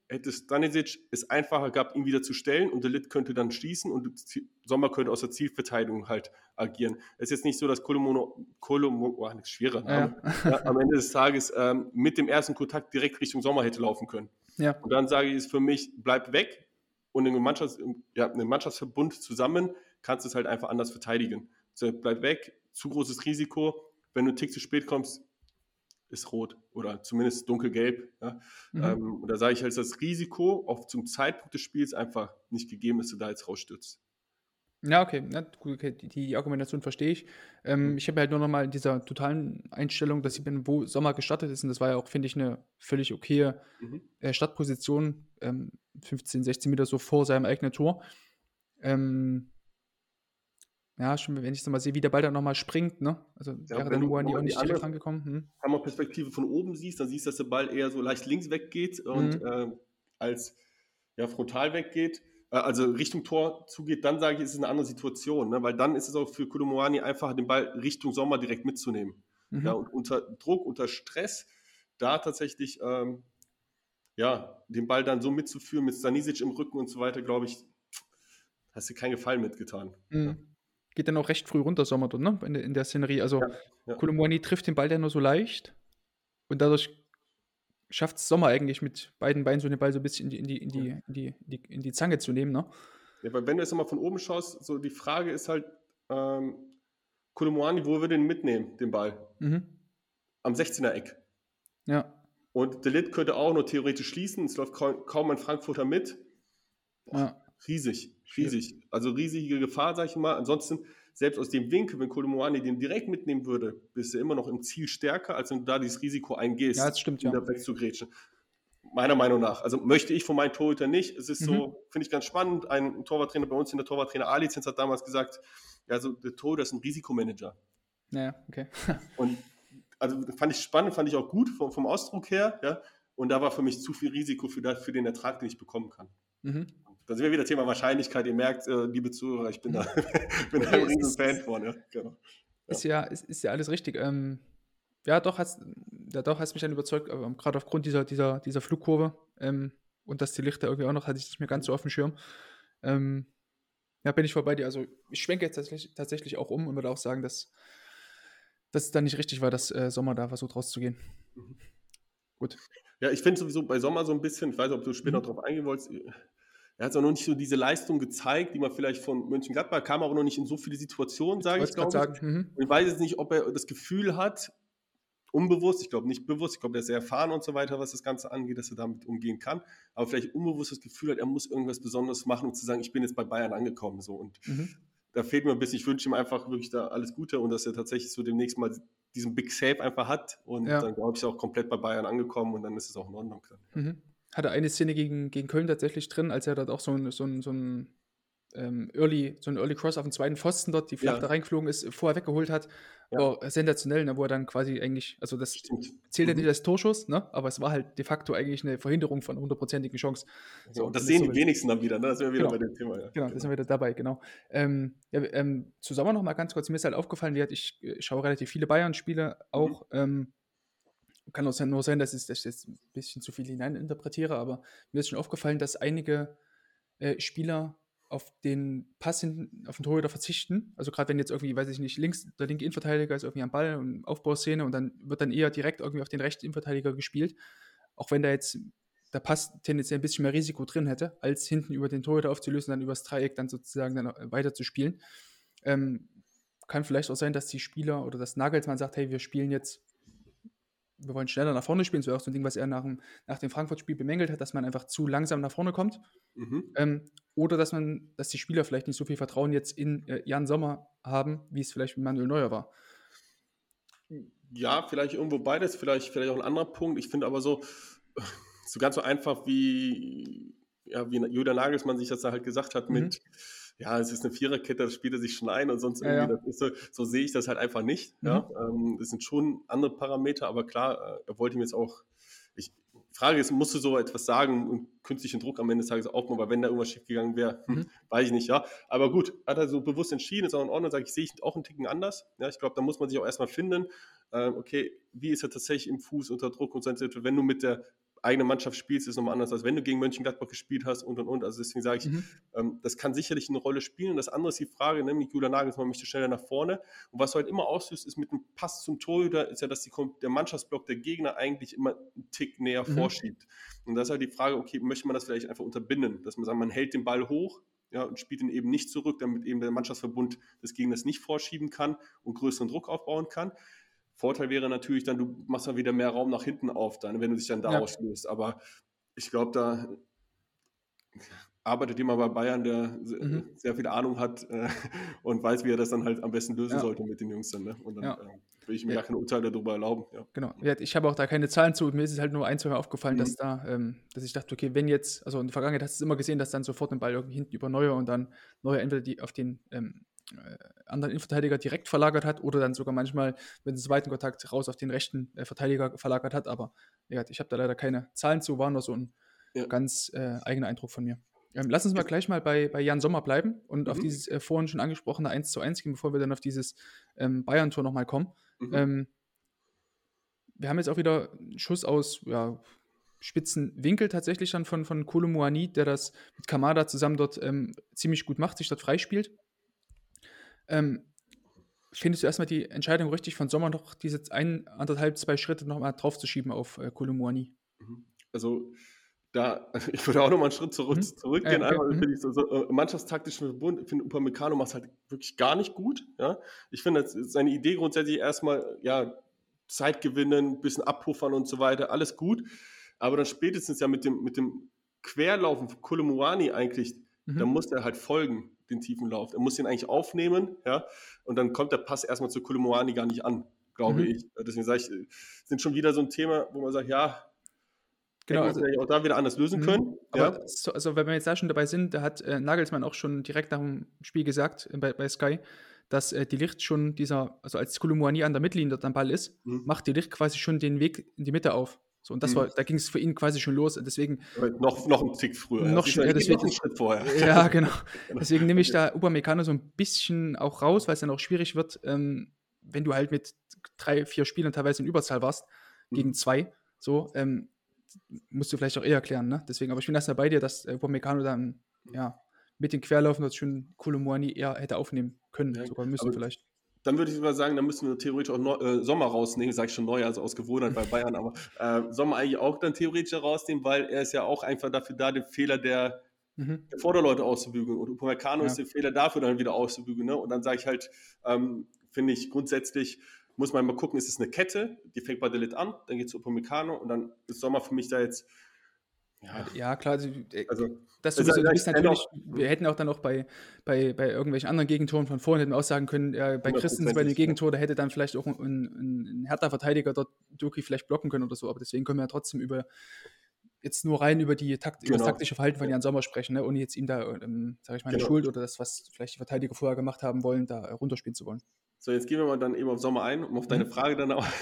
hätte Stanisic es einfacher gehabt, ihn wieder zu stellen und De Ligt könnte dann schießen und Sommer könnte aus der Zielverteidigung halt agieren. Es ist jetzt nicht so, dass Kolomono, Kolomo, oh, das ist schwerer Name, ja. Ja, am Ende des Tages ähm, mit dem ersten Kontakt direkt Richtung Sommer hätte laufen können. Ja. Und dann sage ich es für mich, bleib weg und in einem, Mannschafts-, ja, in einem Mannschaftsverbund zusammen kannst du es halt einfach anders verteidigen. Also bleib weg, zu großes Risiko, wenn du einen Tick zu spät kommst, ist rot oder zumindest dunkelgelb. Ja. Mhm. Ähm, und da sage ich halt, das Risiko auch zum Zeitpunkt des Spiels einfach nicht gegeben, dass du da jetzt rausstürzt. Ja, okay, ja, gut, okay. Die, die Argumentation verstehe ich. Ähm, mhm. Ich habe halt nur nochmal in dieser totalen Einstellung, dass ich bin, wo Sommer gestartet ist, und das war ja auch, finde ich, eine völlig okaye mhm. äh, Startposition, ähm, fünfzehn, sechzehn Meter so vor seinem eigenen Tor. Ähm, Ja, schon, wenn ich so mal sehe, wie der Ball dann nochmal springt, ne? Also ja, wäre dann Moani auch nicht direkt andere, rangekommen. Hm? Wenn man Perspektive von oben siehst, dann siehst du, dass der Ball eher so leicht links weggeht und mhm. äh, als ja, frontal weggeht, äh, also Richtung Tor zugeht, dann sage ich, ist es eine andere Situation, ne? Weil dann ist es auch für Kolo Muani einfacher, den Ball Richtung Sommer direkt mitzunehmen. Mhm. Ja, und unter Druck, unter Stress, da tatsächlich ähm, ja, den Ball dann so mitzuführen, mit Stanisic im Rücken und so weiter, glaube ich, hast du keinen Gefallen mitgetan. Mhm. Ja. Geht dann auch recht früh runter, Sommer dort, ne? In, der, in der Szenerie. Also, ja, ja. Kolo Muani trifft den Ball ja nur so leicht und dadurch schafft es Sommer eigentlich mit beiden Beinen so den Ball so ein bisschen in die, in die, in die, in die, in die Zange zu nehmen, ne? Ja, weil wenn du jetzt nochmal von oben schaust, so die Frage ist halt, ähm, Kolo Muani, wo wir den mitnehmen, den Ball? Mhm. Am sechzehner-Eck. Ja. Und De Ligt könnte auch nur theoretisch schließen, es läuft kaum, kaum ein Frankfurter mit. Boah, ja. Riesig, riesig. Also riesige Gefahr, sag ich mal. Ansonsten, selbst aus dem Winkel, wenn Kolo Muani den direkt mitnehmen würde, bist du immer noch im Ziel stärker, als wenn du da dieses Risiko eingehst, ja, das stimmt, ja. da wegzugrätschen. Meiner Meinung nach. Also möchte ich von meinen Torhütern nicht. Es ist mhm. so, finde ich ganz spannend. Ein Torwarttrainer bei uns in der Torwarttrainer A-Lizenz hat damals gesagt, ja, also der Torhüter ist ein Risikomanager. Ja, okay. Und also fand ich spannend, fand ich auch gut vom, vom Ausdruck her. Ja. Und da war für mich zu viel Risiko für, das, für den Ertrag, den ich bekommen kann. Mhm. Da sind wir wieder Thema Wahrscheinlichkeit. Ihr merkt, äh, liebe Zuhörer, ich bin da, bin da ein riesen Fan von. Ja. Genau. Ja. Ist, ja, ist, ist ja alles richtig. Ähm, ja, doch hast, ja, doch hast mich dann überzeugt, ähm, gerade aufgrund dieser, dieser, dieser Flugkurve ähm, und dass die Lichter irgendwie auch noch, hatte ich nicht mehr ganz so auf dem Schirm. Ähm, ja, bin ich vorbei dir. Also ich schwenke jetzt tatsächlich, tatsächlich auch um und würde auch sagen, dass das dann nicht richtig war, dass äh, Sommer da versucht rauszugehen. Mhm. Gut. Ja, ich finde sowieso bei Sommer so ein bisschen, ich weiß nicht, ob du später mhm. noch drauf eingehen wolltest, er hat auch noch nicht so diese Leistung gezeigt, die man vielleicht von Mönchengladbach, kam auch noch nicht in so viele Situationen, sage ich, glaube ich. Mhm. Und ich weiß jetzt nicht, ob er das Gefühl hat, unbewusst, ich glaube nicht bewusst, ich glaube, der ist sehr erfahren und so weiter, was das Ganze angeht, dass er damit umgehen kann, aber vielleicht unbewusst das Gefühl hat, er muss irgendwas Besonderes machen, um zu sagen, ich bin jetzt bei Bayern angekommen. So. Und mhm. da fehlt mir ein bisschen, ich wünsche ihm einfach wirklich da alles Gute und dass er tatsächlich so demnächst mal diesen Big Save einfach hat und ja. dann glaube ich auch komplett bei Bayern angekommen und dann ist es auch in Ordnung. Mhm. Hatte eine Szene gegen, gegen Köln tatsächlich drin, als er dort auch so ein, so ein, so ein, ähm, Early, so ein Early Cross auf den zweiten Pfosten dort, die flach ja. da reingeflogen ist, vorher weggeholt hat. Ja. War sensationell, ne, wo er dann quasi eigentlich, also das Stimmt. zählt ja mhm. nicht als Torschuss, ne, aber es war halt de facto eigentlich eine Verhinderung von hundertprozentigen Chance. So, und das, das sehen die so wenigsten dann wieder, ne? Das sind wir wieder genau. bei dem Thema. Ja. Genau, da sind wir wieder dabei, genau. Ähm, ja, ähm, zusammen noch mal ganz kurz, mir ist halt aufgefallen, ich, ich schaue relativ viele Bayern-Spiele auch, mhm. ähm, kann auch nur sein, dass ich das jetzt ein bisschen zu viel hineininterpretiere, aber mir ist schon aufgefallen, dass einige äh, Spieler auf den Pass hinten, auf den Torhüter verzichten. Also gerade wenn jetzt irgendwie, weiß ich nicht, links der linke Innenverteidiger ist irgendwie am Ball und Aufbauszene und dann wird dann eher direkt irgendwie auf den rechten Innenverteidiger gespielt, auch wenn da jetzt der Pass tendenziell ein bisschen mehr Risiko drin hätte, als hinten über den Torhüter aufzulösen, dann übers Dreieck dann sozusagen dann weiter zu spielen. Ähm, kann vielleicht auch sein, dass die Spieler oder das Nagelsmann sagt, hey, wir spielen jetzt wir wollen schneller nach vorne spielen, das wäre auch so ein Ding, was er nach dem, nach dem Frankfurt-Spiel bemängelt hat, dass man einfach zu langsam nach vorne kommt. Mhm. Ähm, oder dass man, dass die Spieler vielleicht nicht so viel Vertrauen jetzt in äh, Jan Sommer haben, wie es vielleicht mit Manuel Neuer war. Ja, vielleicht irgendwo beides, vielleicht, vielleicht auch ein anderer Punkt. Ich finde aber so, so ganz so einfach wie, ja, wie Julian Nagelsmann sich das da halt gesagt hat mit, mhm. ja, es ist eine Viererkette, das spielt er sich schon ein und sonst irgendwie, ja, ja. Das ist so, so sehe ich das halt einfach nicht. Mhm. Ja. Ähm, das sind schon andere Parameter, aber klar, er wollte ihm jetzt auch, ich Frage ist, musst du so etwas sagen und künstlichen Druck am Ende des Tages aufbauen, weil wenn da irgendwas schiefgegangen wäre, mhm. weiß ich nicht, ja. Aber gut, hat er so bewusst entschieden, ist auch in Ordnung, sage ich, sehe ich auch einen Ticken anders. Ja, ich glaube, da muss man sich auch erstmal finden, ähm, okay, wie ist er tatsächlich im Fuß unter Druck und so, wenn du mit der eigene Mannschaft spielst, ist nochmal anders, als wenn du gegen Mönchengladbach gespielt hast und und und. Also deswegen sage ich, Mhm. ähm, das kann sicherlich eine Rolle spielen. Und das andere ist die Frage, nämlich Julian Nagelsmann möchte schneller nach vorne. Und was du halt immer auslöst, ist mit dem Pass zum Torhüter, ist ja, dass die, der Mannschaftsblock der Gegner eigentlich immer einen Tick näher Mhm. vorschiebt. Und das ist halt die Frage, okay, möchte man das vielleicht einfach unterbinden, dass man sagt, man hält den Ball hoch, ja, und spielt ihn eben nicht zurück, damit eben der Mannschaftsverbund des Gegners nicht vorschieben kann und größeren Druck aufbauen kann. Vorteil wäre natürlich dann, du machst dann wieder mehr Raum nach hinten auf, dann, wenn du dich dann daraus Ja. löst. Aber ich glaube, da arbeitet jemand bei Bayern, der Mhm. sehr viel Ahnung hat äh, und weiß, wie er das dann halt am besten lösen Ja. sollte mit den Jungs dann. Ne? Und dann Ja. äh, will ich mir Ja. gar keine Urteile darüber erlauben. Ja. Genau. Ja, ich habe auch da keine Zahlen zu. Mir ist es halt nur ein, zwei Mal aufgefallen, Mhm. dass da, ähm, dass ich dachte, okay, wenn jetzt, also in der Vergangenheit hast du es immer gesehen, dass dann sofort den Ball irgendwie hinten über Neuer und dann Neuer entweder die auf den ähm, äh, anderen Innenverteidiger direkt verlagert hat oder dann sogar manchmal mit dem zweiten Kontakt raus auf den rechten äh, Verteidiger verlagert hat. Aber ja, ich habe da leider keine Zahlen zu, war nur so ein Ja. ganz äh, eigener Eindruck von mir. Ähm, lass uns mal gleich mal bei, bei Jan Sommer bleiben und auf Mhm. dieses äh, vorhin schon angesprochene eins zu eins gehen, bevor wir dann auf dieses ähm, Bayern-Tor nochmal kommen. Mhm. Ähm, wir haben jetzt auch wieder einen Schuss aus ja, spitzen Winkel tatsächlich dann von, von Kolo Muani, der das mit Kamada zusammen dort ähm, ziemlich gut macht, sich dort freispielt. Ähm, findest du erstmal die Entscheidung richtig von Sommer noch diese ein, anderthalb, zwei Schritte nochmal draufzuschieben auf äh, Kolo Muani? Mhm. Also da, ich würde auch nochmal einen Schritt zurück, Mhm. zurückgehen. Ja, okay. Einmal Mhm. finde ich so, so äh, mannschaftstaktischen Verbund, ich finde Upamecano macht es halt wirklich gar nicht gut. Ja? Ich finde das ist seine Idee grundsätzlich erstmal, ja, Zeit gewinnen, ein bisschen abpuffern und so weiter, alles gut. Aber dann spätestens ja mit dem, mit dem Querlaufen von Kolo Muani eigentlich, Mhm. da muss er halt folgen, den tiefen Lauf. Er muss ihn eigentlich aufnehmen, ja, und dann kommt der Pass erstmal zu Kolo Muani gar nicht an, glaube Mhm. ich. Deswegen sage ich, äh, sind schon wieder so ein Thema, wo man sagt, ja, Genau, hätten wir also, vielleicht auch da wieder anders lösen mhm. können. aber Ja? so, also wenn wir jetzt da schon dabei sind, da hat äh, Nagelsmann auch schon direkt nach dem Spiel gesagt äh, bei, bei Sky, dass äh, die Licht schon dieser, also als Kolo Muani an der Mittellinie dort am Ball ist, Mhm. macht die Licht quasi schon den Weg in die Mitte auf. So, und das Mhm. war, da ging es für ihn quasi schon los. Und deswegen Aber noch, noch einen Tick früher. noch, ja. schon, ja, Noch deswegen, einen Schritt vorher. ja, genau. Genau. Deswegen nehme ich da Upamecano so ein bisschen auch raus, weil es dann auch schwierig wird, ähm, wenn du halt mit drei, vier Spielern teilweise in Überzahl warst, gegen Mhm. zwei, so, ähm, musst du vielleicht auch eher erklären, ne? Deswegen, aber ich bin erstmal bei dir, dass äh, Upamecano dann, ja, mit den Querlaufen dort schon Kolo Muani eher hätte aufnehmen können, Ja, sogar müssen aber vielleicht. dann würde ich sogar sagen, da müssen wir theoretisch auch Neu äh, Sommer rausnehmen, sage ich schon Neuer, also aus Gewohnheit bei Bayern, aber äh, Sommer eigentlich auch dann theoretisch rausnehmen, weil er ist ja auch einfach dafür da, den Fehler der, Mhm. der Vorderleute auszubügeln. Und Upamecano Ja. ist der Fehler dafür dann wieder auszubügeln. Ne? Und dann sage ich halt, ähm, finde ich grundsätzlich, muss man mal gucken, ist es eine Kette, die fängt bei Delit an, dann geht es zu Upamecano und dann ist Sommer für mich da jetzt, ja, Ja, klar, also, äh, also das Also, sowieso, du sag bist ich natürlich, dennoch, wir hätten auch dann auch bei, bei, bei irgendwelchen anderen Gegentoren von vorhin hätten wir auch sagen können, äh, bei Christensen bei dem hundertprozentig, Gegentor, da hätte dann vielleicht auch ein, ein, ein härter Verteidiger dort Doki vielleicht blocken können oder so, aber deswegen können wir ja trotzdem über jetzt nur rein über, die Takt, über das Genau. taktische Verhalten von Jan Sommer sprechen, ne, ohne jetzt ihm da, ähm, sage ich mal, eine Genau. Schuld oder das, was vielleicht die Verteidiger vorher gemacht haben wollen, da äh, runterspielen zu wollen. So, jetzt gehen wir mal dann eben auf Sommer ein, um auf deine Mhm. Frage dann auch.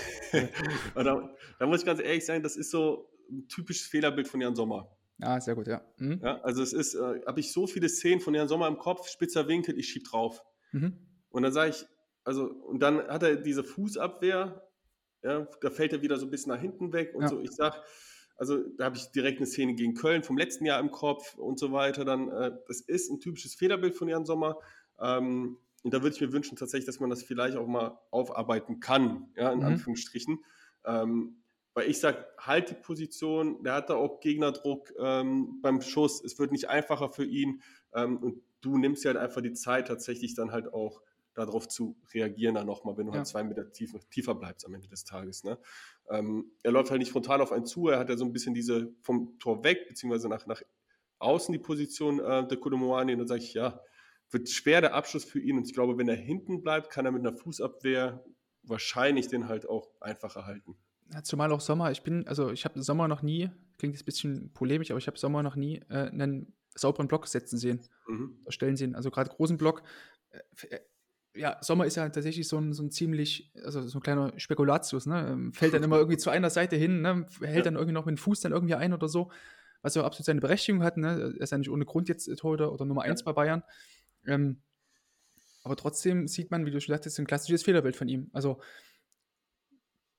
Und da, da muss ich ganz ehrlich sagen, das ist so ein typisches Fehlerbild von Jan Sommer. Ah, sehr gut, ja. Mhm. Ja, also es ist, äh, habe ich so viele Szenen von Jan Sommer im Kopf, spitzer Winkel, ich schieb drauf. Mhm. Und dann sage ich, also, und dann hat er diese Fußabwehr, ja, da fällt er wieder so ein bisschen nach hinten weg und Ja. so. Ich sage, also da habe ich direkt eine Szene gegen Köln vom letzten Jahr im Kopf und so weiter. Dann, äh, das ist ein typisches Fehlerbild von Jan Sommer. Ähm, und da würde ich mir wünschen tatsächlich, dass man das vielleicht auch mal aufarbeiten kann, ja, in Mhm. Anführungsstrichen. Ähm, weil ich sage, halt die Position, der hat da auch Gegnerdruck ähm, beim Schuss, es wird nicht einfacher für ihn ähm, und du nimmst ja halt einfach die Zeit, tatsächlich dann halt auch darauf zu reagieren dann nochmal, wenn du Ja. halt zwei Meter tiefer, tiefer bleibst am Ende des Tages. Ne? Ähm, er läuft halt nicht frontal auf einen zu, er hat ja so ein bisschen diese vom Tor weg, beziehungsweise nach, nach außen die Position äh, der Kolo Muani und dann sage ich, ja, wird schwer der Abschluss für ihn und ich glaube, wenn er hinten bleibt, kann er mit einer Fußabwehr wahrscheinlich den halt auch einfacher halten. Ja, zumal auch Sommer, ich bin, also ich habe Sommer noch nie, klingt jetzt ein bisschen polemisch, aber ich habe Sommer noch nie äh, einen sauberen Block setzen sehen, Mhm. stellen sehen, also gerade großen Block. Äh, ja, Sommer ist ja tatsächlich so ein, so ein ziemlich, also so ein kleiner Spekulatius, ne? Ähm, fällt dann immer irgendwie zu einer Seite hin, ne? Hält Ja. dann irgendwie noch mit dem Fuß dann irgendwie ein oder so, was ja absolut seine Berechtigung hat, ne? Er ist ja nicht ohne Grund jetzt Torhüter oder Nummer eins Ja. bei Bayern. Ähm, aber trotzdem sieht man, wie du schon sagtest, ein klassisches Fehlerbild von ihm. Also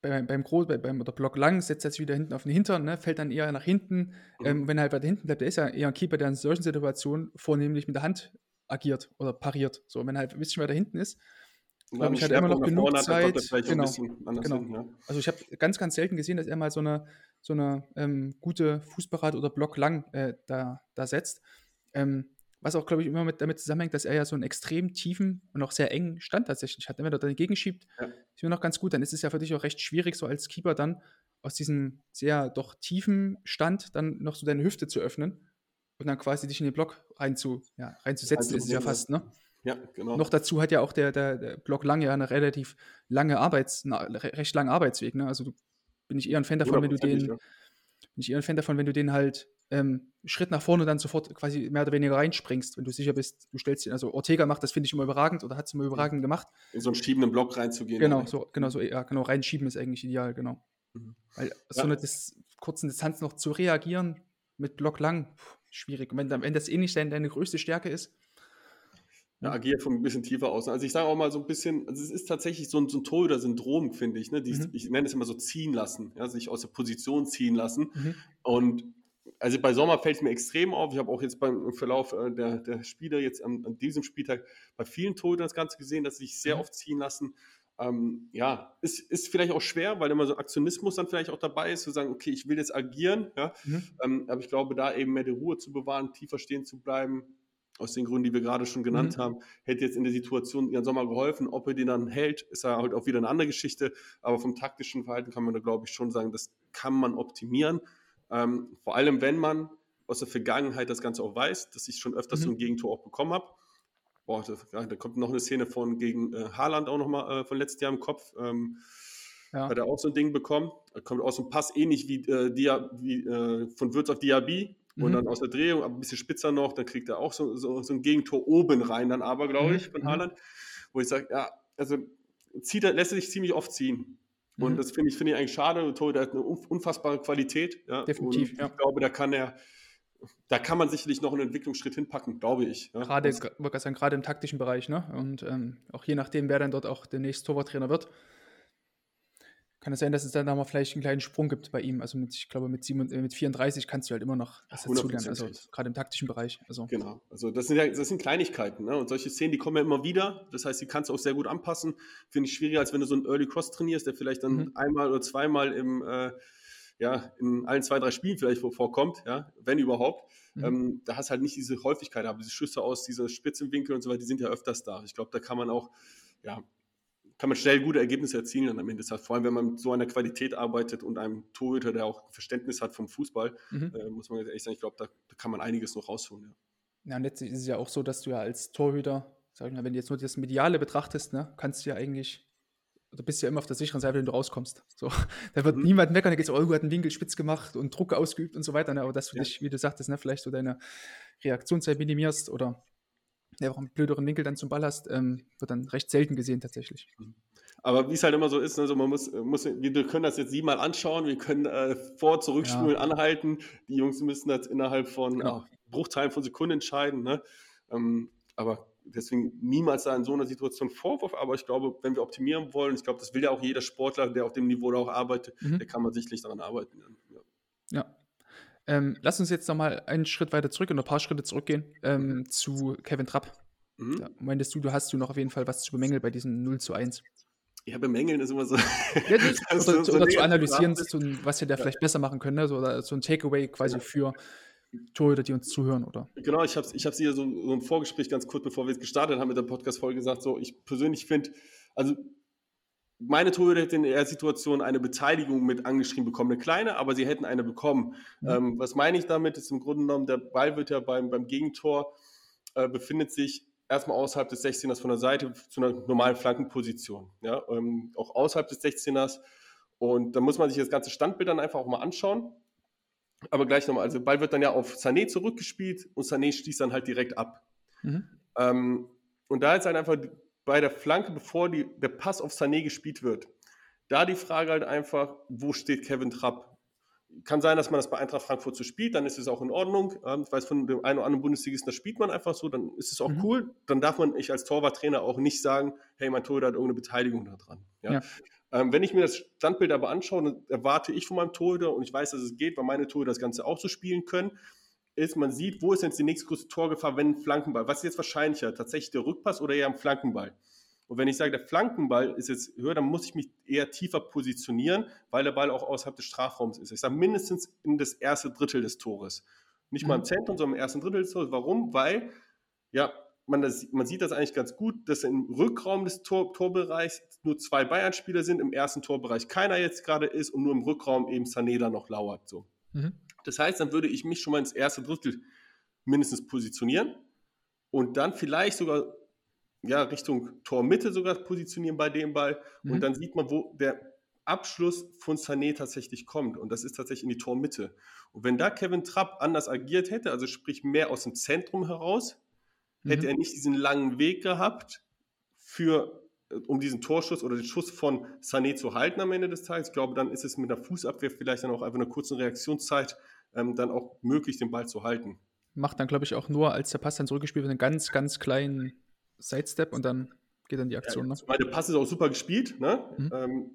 bei, beim Groß, bei, beim oder Block lang, setzt er sich wieder hinten auf den Hintern, ne, fällt dann eher nach hinten. Mhm. Ähm, wenn er halt weiter hinten bleibt, der ist ja eher ein Keeper, der in solchen Situationen vornehmlich mit der Hand agiert oder pariert. So, wenn er halt ein bisschen weiter hinten ist, glaube ich, hat er immer noch genug Zeit. Genau, genau. Hin, ja. Also ich habe ganz, ganz selten gesehen, dass er mal so eine, so eine ähm, gute Fußparade oder Block lang äh, da, da setzt. Ähm, was auch, glaube ich, immer mit, damit zusammenhängt, dass er ja so einen extrem tiefen und auch sehr engen Stand tatsächlich hat. Wenn er dort dagegen schiebt, ja. ist mir noch ganz gut, dann ist es ja für dich auch recht schwierig, so als Keeper dann aus diesem sehr doch tiefen Stand dann noch so deine Hüfte zu öffnen und dann quasi dich in den Block reinzu, ja, reinzusetzen, ist es ja fast, ne? Ja, genau. Noch dazu hat ja auch der, der, der Block lang ja eine relativ lange Arbeits, eine, recht langen Arbeitsweg, ne? Also du, bin ich eher ein Fan davon, wenn du den, ja. bin ich eher ein Fan davon, wenn du den halt ähm, Schritt nach vorne dann sofort quasi mehr oder weniger reinspringst, wenn du sicher bist, du stellst ihn, also Ortega macht das, finde ich, immer überragend oder hat es immer überragend gemacht. In so einen schiebenden Block reinzugehen. Genau, so, genau, so, ja, genau, reinschieben ist eigentlich ideal, genau. Mhm. Weil ja. so eine Dis- kurzen Distanz noch zu reagieren mit Block lang, pff, schwierig. Und wenn, wenn das eh nicht deine, deine größte Stärke ist, ja, agiert von ein bisschen tiefer aus. Also ich sage auch mal so ein bisschen, also es ist tatsächlich so ein, so ein Torhüter-Syndrom, finde ich. Ne? Die, mhm. Ich nenne es immer so ziehen lassen, ja? Sich aus der Position ziehen lassen. Mhm. Und also bei Sommer fällt es mir extrem auf. Ich habe auch jetzt beim Verlauf äh, der, der Spiele jetzt an, an diesem Spieltag bei vielen Torhütern das Ganze gesehen, dass sie sich sehr mhm. oft ziehen lassen. Ähm, ja, ist, ist vielleicht auch schwer, weil immer so Aktionismus dann vielleicht auch dabei ist, zu sagen, okay, ich will jetzt agieren. Ja? Mhm. Ähm, aber ich glaube, da eben mehr die Ruhe zu bewahren, tiefer stehen zu bleiben, aus den Gründen, die wir gerade schon genannt mhm. haben, hätte jetzt in der Situation Jan Sommer geholfen. Ob er den dann hält, ist ja halt auch wieder eine andere Geschichte. Aber vom taktischen Verhalten kann man da, glaube ich, schon sagen, das kann man optimieren. Ähm, vor allem, wenn man aus der Vergangenheit das Ganze auch weiß, dass ich schon öfters mhm. so ein Gegentor auch bekommen habe. Boah, da, da kommt noch eine Szene von gegen äh, Haaland auch nochmal äh, von letztes Jahr im Kopf. Ähm, ja. Hat er auch so ein Ding bekommen. Da kommt auch so ein Pass ähnlich wie, äh, Dia, wie äh, von Würz auf Diaby. Und mhm. dann aus der Drehung, ein bisschen spitzer noch, dann kriegt er auch so, so, so ein Gegentor oben rein, dann aber, glaube mhm. ich, von Haaland, wo ich sage, ja, also zieht er, lässt er sich ziemlich oft ziehen. Mhm. Und das finde ich, finde ich eigentlich schade. Der hat eine unfassbare Qualität. Ja. Definitiv, und ja. Ich glaube, da kann er, da kann man sicherlich noch einen Entwicklungsschritt hinpacken, glaube ich. Ja. Gerade, würde ich sagen, gerade im taktischen Bereich, ne? Und ähm, auch je nachdem, wer dann dort auch der nächste Torwarttrainer wird, kann es sein, dass es dann nochmal vielleicht einen kleinen Sprung gibt bei ihm. Also mit, ich glaube, mit, sieben, mit vierunddreißig kannst du halt immer noch was dazulernen, also gerade im taktischen Bereich. Also. Genau, also das sind ja das sind Kleinigkeiten, ne? Und solche Szenen, die kommen ja immer wieder. Das heißt, die kannst du auch sehr gut anpassen. Finde ich schwieriger, als wenn du so einen Early Cross trainierst, der vielleicht dann mhm. einmal oder zweimal im, äh, ja, in allen zwei, drei Spielen vielleicht vorkommt, ja, wenn überhaupt. Mhm. Ähm, da hast du halt nicht diese Häufigkeit, aber diese Schüsse aus dieser Spitzenwinkel und so weiter, die sind ja öfters da. Ich glaube, da kann man auch, ja, kann man schnell gute Ergebnisse erzielen dann am Ende. Vor allem, wenn man mit so einer Qualität arbeitet und einem Torhüter, der auch Verständnis hat vom Fußball, mhm. äh, muss man ehrlich sagen, ich glaube, da, da kann man einiges noch rausholen. Ja. Ja, und letztlich ist es ja auch so, dass du ja als Torhüter, sag ich mal, wenn du jetzt nur das Mediale betrachtest, ne, kannst du ja eigentlich, du bist ja immer auf der sicheren Seite, wenn du rauskommst. So, da wird mhm. niemand meckern, da geht es, oh, du hast einen Winkel spitz gemacht und Druck ausgeübt und so weiter, ne, aber dass du ja. dich, wie du sagtest, ne, vielleicht so deine Reaktionszeit minimierst oder der auch einen blöderen Winkel dann zum Ball hast, ähm, wird dann recht selten gesehen tatsächlich. Aber wie es halt immer so ist, also man muss, muss, wir können das jetzt siebenmal anschauen, wir können äh, vor-, zurückspulen, ja. anhalten. Die Jungs müssen das innerhalb von genau. ach, Bruchteilen von Sekunden entscheiden. Ne? Ähm, aber deswegen niemals da in so einer Situation Vorwurf. Aber ich glaube, wenn wir optimieren wollen, ich glaube, das will ja auch jeder Sportler, der auf dem Niveau da auch arbeitet, mhm. der kann man sicherlich daran arbeiten. Ja. ja. Ähm, lass uns jetzt nochmal einen Schritt weiter zurück und ein paar Schritte zurückgehen ähm, mhm. zu Kevin Trapp. Mhm. Da meintest du, du hast du noch auf jeden Fall was zu bemängeln bei diesem null zu eins. Ja, bemängeln ist immer so. Ja, das, oder, so, so oder zu analysieren, so, was wir da vielleicht ja. besser machen können, ne? so, oder so ein Takeaway quasi ja. für Torhüter, die uns zuhören, oder? Genau, ich habe ich hab's hier so, so im Vorgespräch ganz kurz, bevor wir jetzt gestartet haben mit der Podcast-Folge gesagt, so, ich persönlich finde, also meine Torhüter hätten in der Situation eine Beteiligung mit angeschrieben bekommen, eine kleine, aber sie hätten eine bekommen. Mhm. Ähm, was meine ich damit? Ist im Grunde genommen, der Ball wird ja beim, beim Gegentor, äh, befindet sich erstmal außerhalb des sechzehners von der Seite zu einer normalen Flankenposition. Ja? Ähm, auch außerhalb des sechzehners. Und da muss man sich das ganze Standbild dann einfach auch mal anschauen. Aber gleich nochmal, also der Ball wird dann ja auf Sané zurückgespielt und Sané schließt dann halt direkt ab. Mhm. Ähm, und da ist halt einfach bei der Flanke, bevor die, der Pass auf Sané gespielt wird, da die Frage halt einfach, wo steht Kevin Trapp? kann sein, dass man das bei Eintracht Frankfurt so spielt, dann ist es auch in Ordnung. Ähm, ich weiß von dem einen oder anderen Bundesligisten, das spielt man einfach so, dann ist es auch Mhm. cool. Dann darf man, ich als Torwarttrainer auch nicht sagen, hey, mein Torhüter hat irgendeine Beteiligung daran. Ja? Ja. Ähm, wenn ich mir das Standbild aber anschaue, dann erwarte ich von meinem Torhüter, und ich weiß, dass es geht, weil meine Torhüter das Ganze auch so spielen können, ist, man sieht, wo ist jetzt die nächstgrößte Torgefahr, wenn ein Flankenball, was ist jetzt wahrscheinlicher, tatsächlich der Rückpass oder eher ein Flankenball? Und wenn ich sage, der Flankenball ist jetzt höher, dann muss ich mich eher tiefer positionieren, weil der Ball auch außerhalb des Strafraums ist. Ich sage mindestens in das erste Drittel des Tores. Nicht Mhm. mal im Zentrum, sondern im ersten Drittel des Tores. Warum? Weil, ja, man, das, man sieht das eigentlich ganz gut, dass im Rückraum des Tor, Torbereichs nur zwei Bayern-Spieler sind, im ersten Torbereich keiner jetzt gerade ist und nur im Rückraum eben Sané da noch lauert. So. Mhm. Das heißt, dann würde ich mich schon mal ins erste Drittel mindestens positionieren und dann vielleicht sogar ja, Richtung Tormitte sogar positionieren bei dem Ball. Mhm. Und dann sieht man, wo der Abschluss von Sané tatsächlich kommt. Und das ist tatsächlich in die Tormitte. Und wenn da Kevin Trapp anders agiert hätte, also sprich mehr aus dem Zentrum heraus, Mhm. hätte er nicht diesen langen Weg gehabt, für, um diesen Torschuss oder den Schuss von Sané zu halten am Ende des Tages. Ich glaube, dann ist es mit einer Fußabwehr vielleicht dann auch einfach einer kurzen Reaktionszeit ähm, dann auch möglich, den Ball zu halten. Macht dann, glaube ich, auch nur, als der Pass dann zurückgespielt wird, einen ganz, ganz kleinen Sidestep und dann geht dann die Aktion. Ja, Ne? weil der Pass ist auch super gespielt, ne? Mhm. Ähm,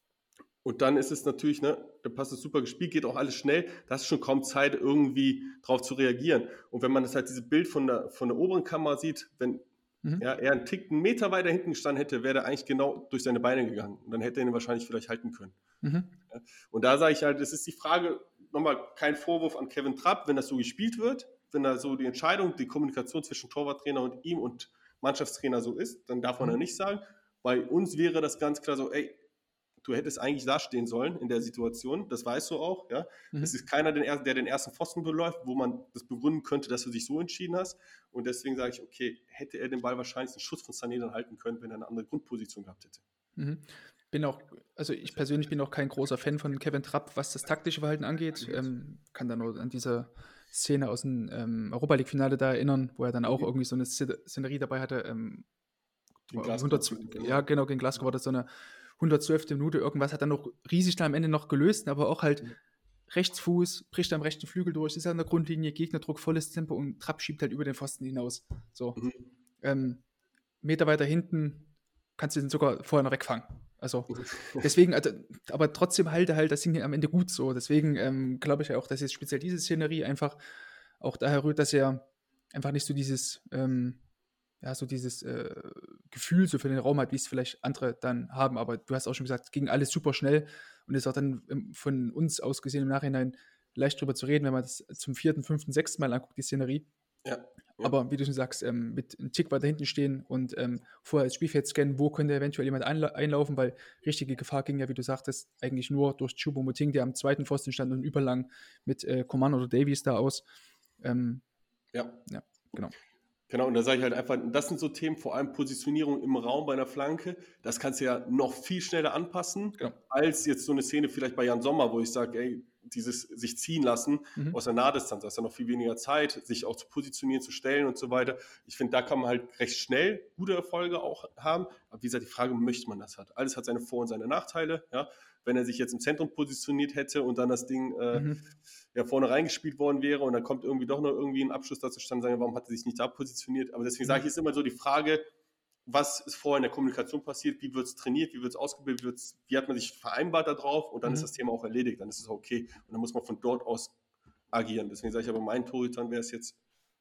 und dann ist es natürlich, ne, der Pass ist super gespielt, geht auch alles schnell, da hast du schon kaum Zeit, irgendwie drauf zu reagieren. Und wenn man das halt dieses Bild von der, von der oberen Kamera sieht, wenn Mhm. ja, er einen Tick einen Meter weiter hinten gestanden hätte, wäre er eigentlich genau durch seine Beine gegangen. Und dann hätte er ihn wahrscheinlich vielleicht halten können. Mhm. Ja? Und da sage ich halt, es ist die Frage, nochmal kein Vorwurf an Kevin Trapp, wenn das so gespielt wird, wenn da so die Entscheidung, die Kommunikation zwischen Torwarttrainer und ihm und Mannschaftstrainer so ist, dann darf man Mhm. ja nicht sagen. Bei uns wäre das ganz klar so, ey, du hättest eigentlich dastehen sollen in der Situation, das weißt du auch. Ja? Mhm. Es ist keiner, der den ersten Pfosten beläuft, wo man das begründen könnte, dass du dich so entschieden hast. Und deswegen sage ich, okay, hätte er den Ball wahrscheinlich den Schuss von Sané dann halten können, wenn er eine andere Grundposition gehabt hätte. Mhm. Bin auch, also ich persönlich bin auch kein großer Fan von Kevin Trapp, was das taktische Verhalten angeht. Ähm, kann da nur an diese Szene aus dem ähm, Europa League-Finale da erinnern, wo er dann auch Mhm. irgendwie so eine Sze- Szenerie dabei hatte. Ähm, Gegen hundert Glasgow, genau. Ja, genau, gegen Glasgow war das so eine hundertzwölfte Minute. Irgendwas hat er noch riesig dann am Ende noch gelöst, aber auch halt Mhm. Rechtsfuß, bricht am rechten Flügel durch, ist an der Grundlinie, Gegnerdruck, volles Tempo und Trapp schiebt halt über den Pfosten hinaus. So. Mhm. Ähm, Meter weiter hinten kannst du den sogar vorher noch wegfangen. Also deswegen, also, aber trotzdem halte halt das Ding am Ende gut so. Deswegen ähm, glaube ich ja auch, dass jetzt speziell diese Szenerie einfach auch daher rührt, dass er einfach nicht so dieses, ähm, ja, so dieses äh, Gefühl so für den Raum hat, wie es vielleicht andere dann haben. Aber du hast auch schon gesagt, es ging alles super schnell und ist auch dann ähm, von uns aus gesehen im Nachhinein leicht drüber zu reden, wenn man das zum vierten, fünften, sechsten Mal anguckt, die Szenerie. Ja. Ja. Aber wie du schon sagst, ähm, mit einem Tick weiter hinten stehen und ähm, vorher das Spielfeld scannen, wo könnte eventuell jemand einla- einlaufen, weil richtige Gefahr ging ja, wie du sagtest, eigentlich nur durch Choupo-Moting, der am zweiten Pfosten stand und überlang mit äh, Coman oder Davies da aus. Ähm, Ja. ja, genau. Genau, und da sage ich halt einfach, das sind so Themen, vor allem Positionierung im Raum bei einer Flanke, das kannst du ja noch viel schneller anpassen, Genau. als jetzt so eine Szene vielleicht bei Jan Sommer, wo ich sage, ey, dieses sich ziehen lassen Mhm. aus der Nahdistanz, da hast du ja noch viel weniger Zeit, sich auch zu positionieren, zu stellen und so weiter. Ich finde, da kann man halt recht schnell gute Erfolge auch haben. Aber wie gesagt, die Frage, möchte man das hat. Alles hat seine Vor- und seine Nachteile. Ja? Wenn er sich jetzt im Zentrum positioniert hätte und dann das Ding äh, Mhm. ja, vorne reingespielt worden wäre und dann kommt irgendwie doch noch irgendwie ein Abschluss dazu stand, sagen, warum hat er sich nicht da positioniert? Aber deswegen sage ich, ist immer so die Frage, was ist vorher in der Kommunikation passiert, wie wird es trainiert, wie wird es ausgebildet, wird's, wie hat man sich vereinbart darauf und dann Mhm. ist das Thema auch erledigt, dann ist es okay und dann muss man von dort aus agieren. Deswegen sage ich aber, mein Torhütern wäre es jetzt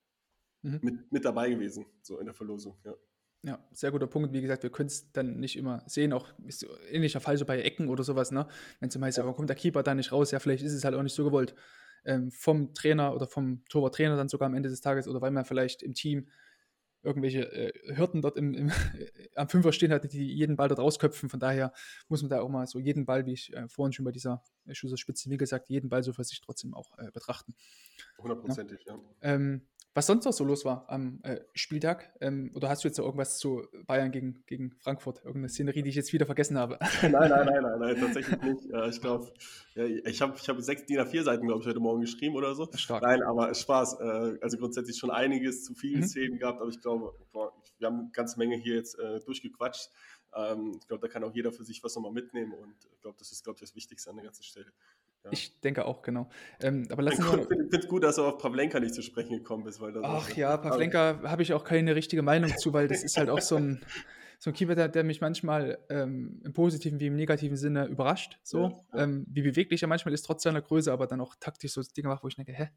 Mhm. mit, mit dabei gewesen, so in der Verlosung. Ja. Ja, sehr guter Punkt. Wie gesagt, wir können es dann nicht immer sehen. Auch ist so ähnlicher Fall so bei Ecken oder sowas, ne? Wenn es immer heißt, ja, warum kommt der Keeper da nicht raus? Ja, vielleicht ist es halt auch nicht so gewollt. Ähm, vom Trainer oder vom Torwarttrainer dann sogar am Ende des Tages oder weil man vielleicht im Team irgendwelche äh, Hirten dort im, im, am Fünfer stehen hatte, die jeden Ball dort rausköpfen. Von daher muss man da auch mal so jeden Ball, wie ich äh, vorhin schon bei dieser äh, Schusserspitze, wie gesagt, jeden Ball so für sich trotzdem auch äh, betrachten. Hundertprozentig, ja. Ähm, was sonst noch so los war am äh, Spieltag? Ähm, oder hast du jetzt noch irgendwas zu Bayern gegen, gegen Frankfurt? Irgendeine Szenerie, die ich jetzt wieder vergessen habe? Nein, nein, nein, nein, nein, tatsächlich nicht. Ja, ich glaube, ja, ich habe ich hab sechs D I N A vier Seiten, glaube ich, heute Morgen geschrieben oder so. Stark. Nein, aber Spaß. Äh, also grundsätzlich schon einiges zu vielen Mhm. Szenen gehabt, aber ich glaube, boah, wir haben eine ganze Menge hier jetzt äh, durchgequatscht. Ähm, ich glaube, da kann auch jeder für sich was nochmal mitnehmen und ich glaube, das ist, glaube ich, das Wichtigste an der ganzen Stelle. Ja. Ich denke auch, genau. Ähm, aber Ich lassen wir finde es gut, dass du auf Pawlenka nicht zu sprechen gekommen bist. Weil das Ach auch, ja, Pawlenka habe ich auch keine richtige Meinung zu, weil das ist halt auch so ein, so ein Keeper, der, der mich manchmal ähm, im positiven wie im negativen Sinne überrascht. So, Ja, ja. Ähm, wie beweglich er manchmal ist, trotz seiner Größe, aber dann auch taktisch so Dinge macht, wo ich denke, hä?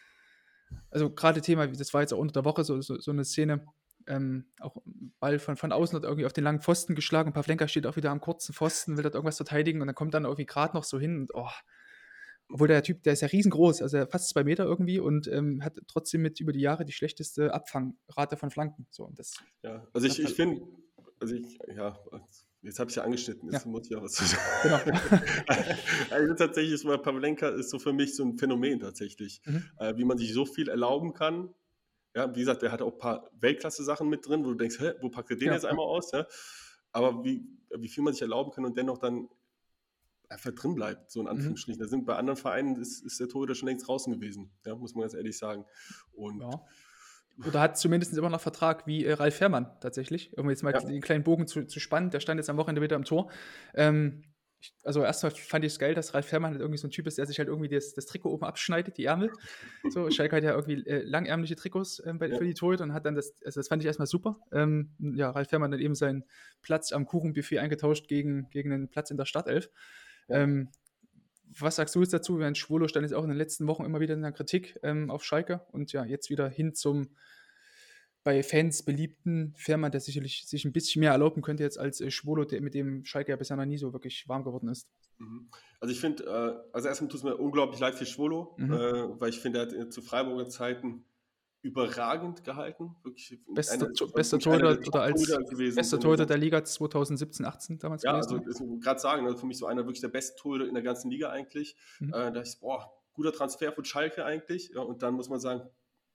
Also gerade Thema, das war jetzt auch unter der Woche so, so, so eine Szene, ähm, auch ein Ball von, von außen hat irgendwie auf den langen Pfosten geschlagen und Pawlenka steht auch wieder am kurzen Pfosten, will dort irgendwas verteidigen und dann kommt dann irgendwie gerade noch so hin und oh, obwohl der Typ, der ist ja riesengroß, also fast zwei Meter irgendwie und ähm, hat trotzdem mit über die Jahre die schlechteste Abfangrate von Flanken. So, und das Ja, also ich, hat ich halt, finde, also ich, ja, jetzt habe ich ja angeschnitten, jetzt ja, muss ich auch was zu sagen. genau. Also tatsächlich ist mal Pawlenka ist so für mich so ein Phänomen tatsächlich, Mhm. äh, wie man sich so viel erlauben kann. Ja, wie gesagt, der hat auch ein paar Weltklasse-Sachen mit drin, wo du denkst, hä, wo packt er den Ja, jetzt ja. einmal aus? Ja? Aber wie, wie viel man sich erlauben kann und dennoch dann einfach drin bleibt, so in Mhm. Anführungsstrichen. Da sind bei anderen Vereinen ist, ist der Torhüter schon längst draußen gewesen, ja, muss man ganz ehrlich sagen. Und Ja. Oder hat zumindest immer noch Vertrag wie äh, Ralf Fährmann tatsächlich. Um jetzt mal ja, den kleinen Bogen zu, zu spannen, der stand jetzt am Wochenende wieder am Tor. Ähm, ich, also erstmal fand ich es geil, dass Ralf Fährmann halt irgendwie so ein Typ ist, der sich halt irgendwie das, das Trikot oben abschneidet, die Ärmel. So, Schalke hat ja irgendwie äh, langärmliche Trikots ähm, bei, ja, für die Torhüter und hat dann das, also das fand ich erstmal super. Ähm, ja, Ralf Fährmann hat eben seinen Platz am Kuchenbuffet eingetauscht gegen, gegen einen Platz in der Startelf. ja. Ähm, was sagst du jetzt dazu? Wenn Schwolo stand jetzt auch in den letzten Wochen immer wieder in der Kritik ähm, auf Schalke und ja, jetzt wieder hin zum bei Fans beliebten Fährmann, der sicherlich sich ein bisschen mehr erlauben könnte jetzt als äh, Schwolo, der, mit dem Schalke ja bisher noch nie so wirklich warm geworden ist. Mhm. Also ich finde, äh, also erstmal tut es mir unglaublich leid für Schwolo, Mhm. äh, weil ich finde, er hat äh, zu Freiburger Zeiten überragend gehalten. Wirklich Bester, einer, To- also bester wirklich einer der Torhüter oder als Top-Torhüter gewesen. bester wenn du Torhüter so- der Liga zwanzig siebzehn achtzehn damals Ja, gewesen. also Ja. gerade sagen, also für mich so einer wirklich der besten Torhüter in der ganzen Liga eigentlich. Mhm. Äh, da dachte ich, boah, guter Transfer von Schalke eigentlich. Ja, und dann muss man sagen,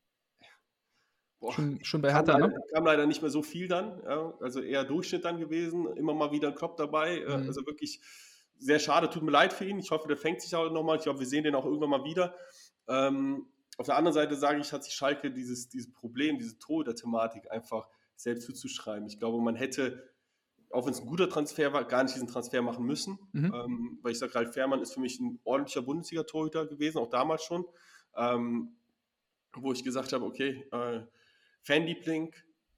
boah, Schon, schon bei kam Hertha, leider, ne? kam leider nicht mehr so viel dann. Ja, also eher Durchschnitt dann gewesen. Immer mal wieder ein Klopp dabei. Äh, Mhm. also wirklich sehr schade, tut mir leid für ihn. Ich hoffe, der fängt sich auch nochmal. Ich glaube, wir sehen den auch irgendwann mal wieder. Ähm, auf der anderen Seite sage ich, hat sich Schalke dieses, dieses Problem, diese Torhüter-Thematik einfach selbst zuzuschreiben. Ich glaube, man hätte, auch wenn es ein guter Transfer war, gar nicht diesen Transfer machen müssen. Mhm. Ähm, weil ich sage, Ralf Fährmann ist für mich ein ordentlicher Bundesliga-Torhüter gewesen, auch damals schon. Ähm, wo ich gesagt habe, okay, äh, Fanliebling,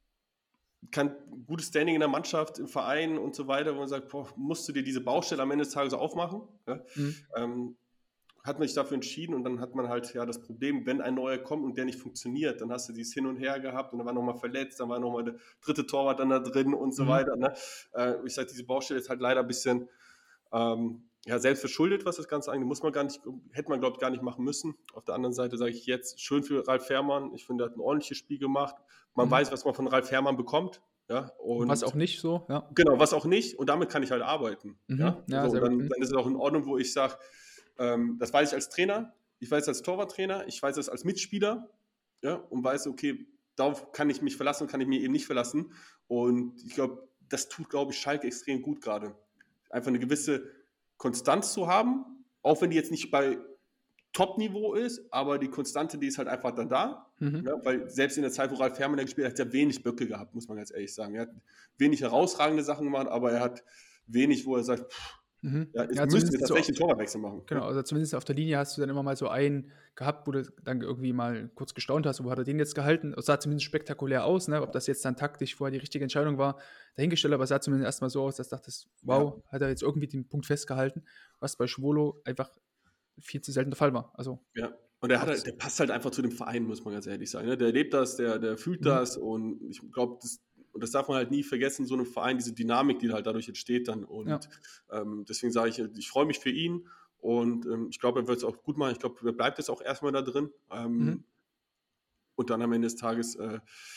kann gutes Standing in der Mannschaft, im Verein und so weiter, wo man sagt, boah, musst du dir diese Baustelle am Ende des Tages aufmachen? Ja? Mhm. Ähm, hat man sich dafür entschieden und dann hat man halt ja das Problem, wenn ein neuer kommt und der nicht funktioniert, dann hast du dieses Hin und Her gehabt und dann war nochmal verletzt, dann war nochmal der dritte Torwart dann da drin und so Mhm. weiter. Ne? Äh, ich sage, diese Baustelle ist halt leider ein bisschen ähm, ja, selbst verschuldet, was das Ganze angeht, muss man gar nicht, hätte man, glaube ich, gar nicht machen müssen. Auf der anderen Seite sage ich jetzt, schön für Ralf Fährmann. Ich finde, er hat ein ordentliches Spiel gemacht. Man Mhm. weiß, was man von Ralf Fährmann bekommt. Ja, und Und was auch nicht so, ja. genau, was auch nicht. Und damit kann ich halt arbeiten. Mhm. Ja, Ja, so, sehr dann, gut. Mhm. dann ist es auch in Ordnung, wo ich sage, ähm, das weiß ich als Trainer, ich weiß es als Torwarttrainer, ich weiß es als Mitspieler, ja, und weiß, okay, darauf kann ich mich verlassen und kann ich mich eben nicht verlassen. Und ich glaube, das tut, glaube ich, Schalke extrem gut gerade. Einfach eine gewisse Konstanz zu haben, auch wenn die jetzt nicht bei Top-Niveau ist, aber die Konstante, die ist halt einfach dann da. Mhm. Ja, weil selbst in der Zeit, wo Ralf Fährmann da gespielt hat, hat er wenig Böcke gehabt, muss man ganz ehrlich sagen. Er hat wenig herausragende Sachen gemacht, aber er hat wenig, wo er sagt, pff, Mhm. ja, jetzt Ja, müssen wir zumindest so, tatsächlich einen Torwartwechsel machen. genau, also zumindest auf der Linie hast du dann immer mal so einen gehabt, wo du dann irgendwie mal kurz gestaunt hast, wo hat er den jetzt gehalten? Es sah zumindest spektakulär aus, ne? Ob das jetzt dann taktisch vorher die richtige Entscheidung war, dahingestellt, aber es sah zumindest erstmal so aus, dass du dachtest, wow, hat er jetzt irgendwie den Punkt festgehalten, was bei Schwolo einfach viel zu selten der Fall war. Also, Ja. Und der, hat halt, der passt halt einfach zu dem Verein, muss man ganz ehrlich sagen. Ne? Der lebt das, der, der fühlt Mhm. das und ich glaube, das, und das darf man halt nie vergessen, so einem Verein, diese Dynamik, die halt dadurch entsteht dann. Und ja. ähm, deswegen sage ich, ich freue mich für ihn und ähm, ich glaube, er wird es auch gut machen. Ich glaube, er bleibt jetzt auch erstmal da drin. Ähm, Mhm. Und dann am Ende des Tages äh,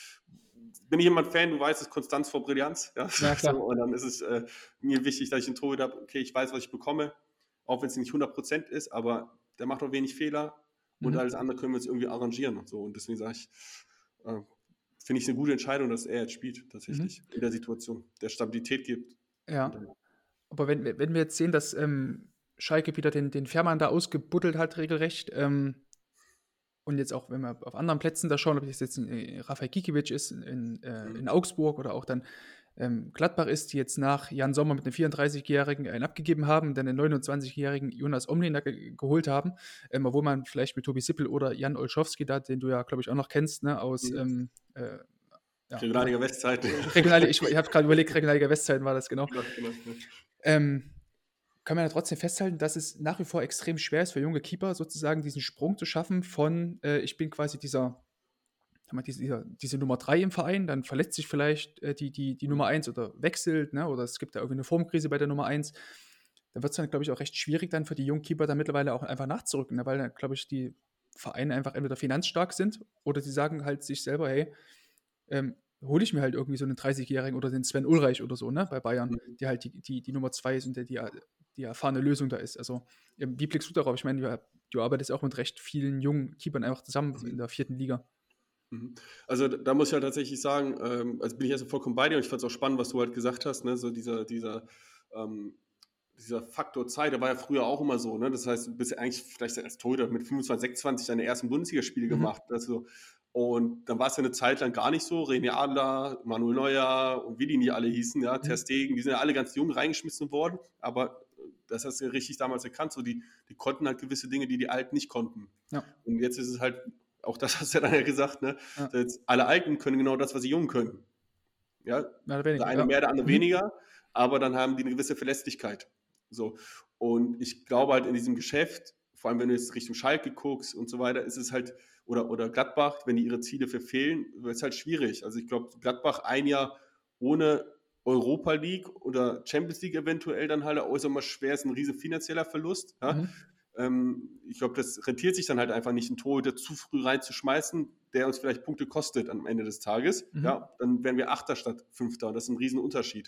bin ich jemand Fan, du weißt, es ist Konstanz vor Brillanz. Ja? Ja, klar. So, und dann ist es äh, mir wichtig, dass ich einen Torhüter habe, okay, ich weiß, was ich bekomme, auch wenn es nicht hundert Prozent ist, aber der macht auch wenig Fehler und Mhm. alles andere können wir uns irgendwie arrangieren und so. Und deswegen sage ich, äh, finde ich es eine gute Entscheidung, dass er jetzt spielt, tatsächlich, in der Situation, der Stabilität gibt. Ja. Und dann, Aber wenn, wir- wenn wir jetzt sehen, dass ähm, Schalke wieder den, den Fährmann da ausgebuddelt hat, regelrecht, ähm, und jetzt auch, wenn wir auf anderen Plätzen da schauen, ob das jetzt äh, Rafael Gikiewicz ist in, in, äh, Mhm. in Augsburg oder auch dann ähm, Gladbach ist, die jetzt nach Jan Sommer mit einem vierunddreißigjährigen einen abgegeben haben, dann einen neunundzwanzigjährigen Jonas Omlin ge geholt haben, ähm, obwohl man vielleicht mit Tobi Sippel oder Jan Olschowski, da, den du ja, glaube ich, auch noch kennst, ne, aus Mhm. ähm, äh, ja, Regionalliga Westzeiten. Regionalliga, ich, ich habe gerade überlegt, Regionalliga Westzeiten war das, genau. Genau, genau, ja. Ähm, kann man ja trotzdem festhalten, dass es nach wie vor extrem schwer ist für junge Keeper, sozusagen diesen Sprung zu schaffen von, äh, ich bin quasi dieser, haben wir diese, dieser, diese Nummer drei im Verein, dann verletzt sich vielleicht äh, die, die, die Nummer eins oder wechselt, ne, oder es gibt da irgendwie eine Formkrise bei der Nummer eins. Da wird es dann, glaube ich, auch recht schwierig dann für die jungen Keeper dann mittlerweile auch einfach nachzurücken, ne, weil dann, glaube ich, die Vereine einfach entweder finanzstark sind oder sie sagen halt sich selber, hey, ähm, hole ich mir halt irgendwie so einen dreißigjährigen oder den Sven Ulreich oder so, ne, bei Bayern, Mhm. der halt die, die, die Nummer zwei ist und der die, die erfahrene Lösung da ist. Also, ähm, wie blickst du darauf? Ich meine, du, du arbeitest auch mit recht vielen jungen Keepern einfach zusammen Mhm. in der vierten Liga. Mhm. Also da, da muss ich halt tatsächlich sagen, ähm, also bin ich erst vollkommen bei dir und ich fand es auch spannend, was du halt gesagt hast, ne, so dieser, dieser, ähm, dieser Faktor Zeit, der war ja früher auch immer so, ne, das heißt, du bist ja eigentlich vielleicht als Torhüter mit fünfundzwanzig, sechsundzwanzig deine ersten Bundesligaspiele Mhm. gemacht, also, und dann war es ja eine Zeit lang gar nicht so, René Adler, Manuel Neuer und wie die nicht alle hießen, ja, Ter Mhm. Stegen, die sind ja alle ganz jung reingeschmissen worden, aber das hast du ja richtig damals erkannt, so die, die konnten halt gewisse Dinge, die die Alten nicht konnten. Ja. Und jetzt ist es halt, auch das hast du ja dann ja gesagt, ne? Ja. Jetzt alle Alten können genau das, was die Jungen können. Ja, Mehr oder der weniger. eine Ja. mehr, der andere Mhm. weniger, aber dann haben die eine gewisse Verlässlichkeit. So. Und ich glaube halt in diesem Geschäft, vor allem wenn du jetzt Richtung Schalke guckst und so weiter, ist es halt, oder, oder Gladbach, wenn die ihre Ziele verfehlen, wird es halt schwierig. Also ich glaube, Gladbach ein Jahr ohne Europa League oder Champions League eventuell dann halt auch immer schwer, ist ein riesen finanzieller Verlust. Ja? Mhm. Ähm, ich glaube, das rentiert sich dann halt einfach nicht, einen Torhüter zu früh reinzuschmeißen, der uns vielleicht Punkte kostet am Ende des Tages. Mhm. Ja, dann wären wir Achter statt Fünfter und das ist ein Riesenunterschied.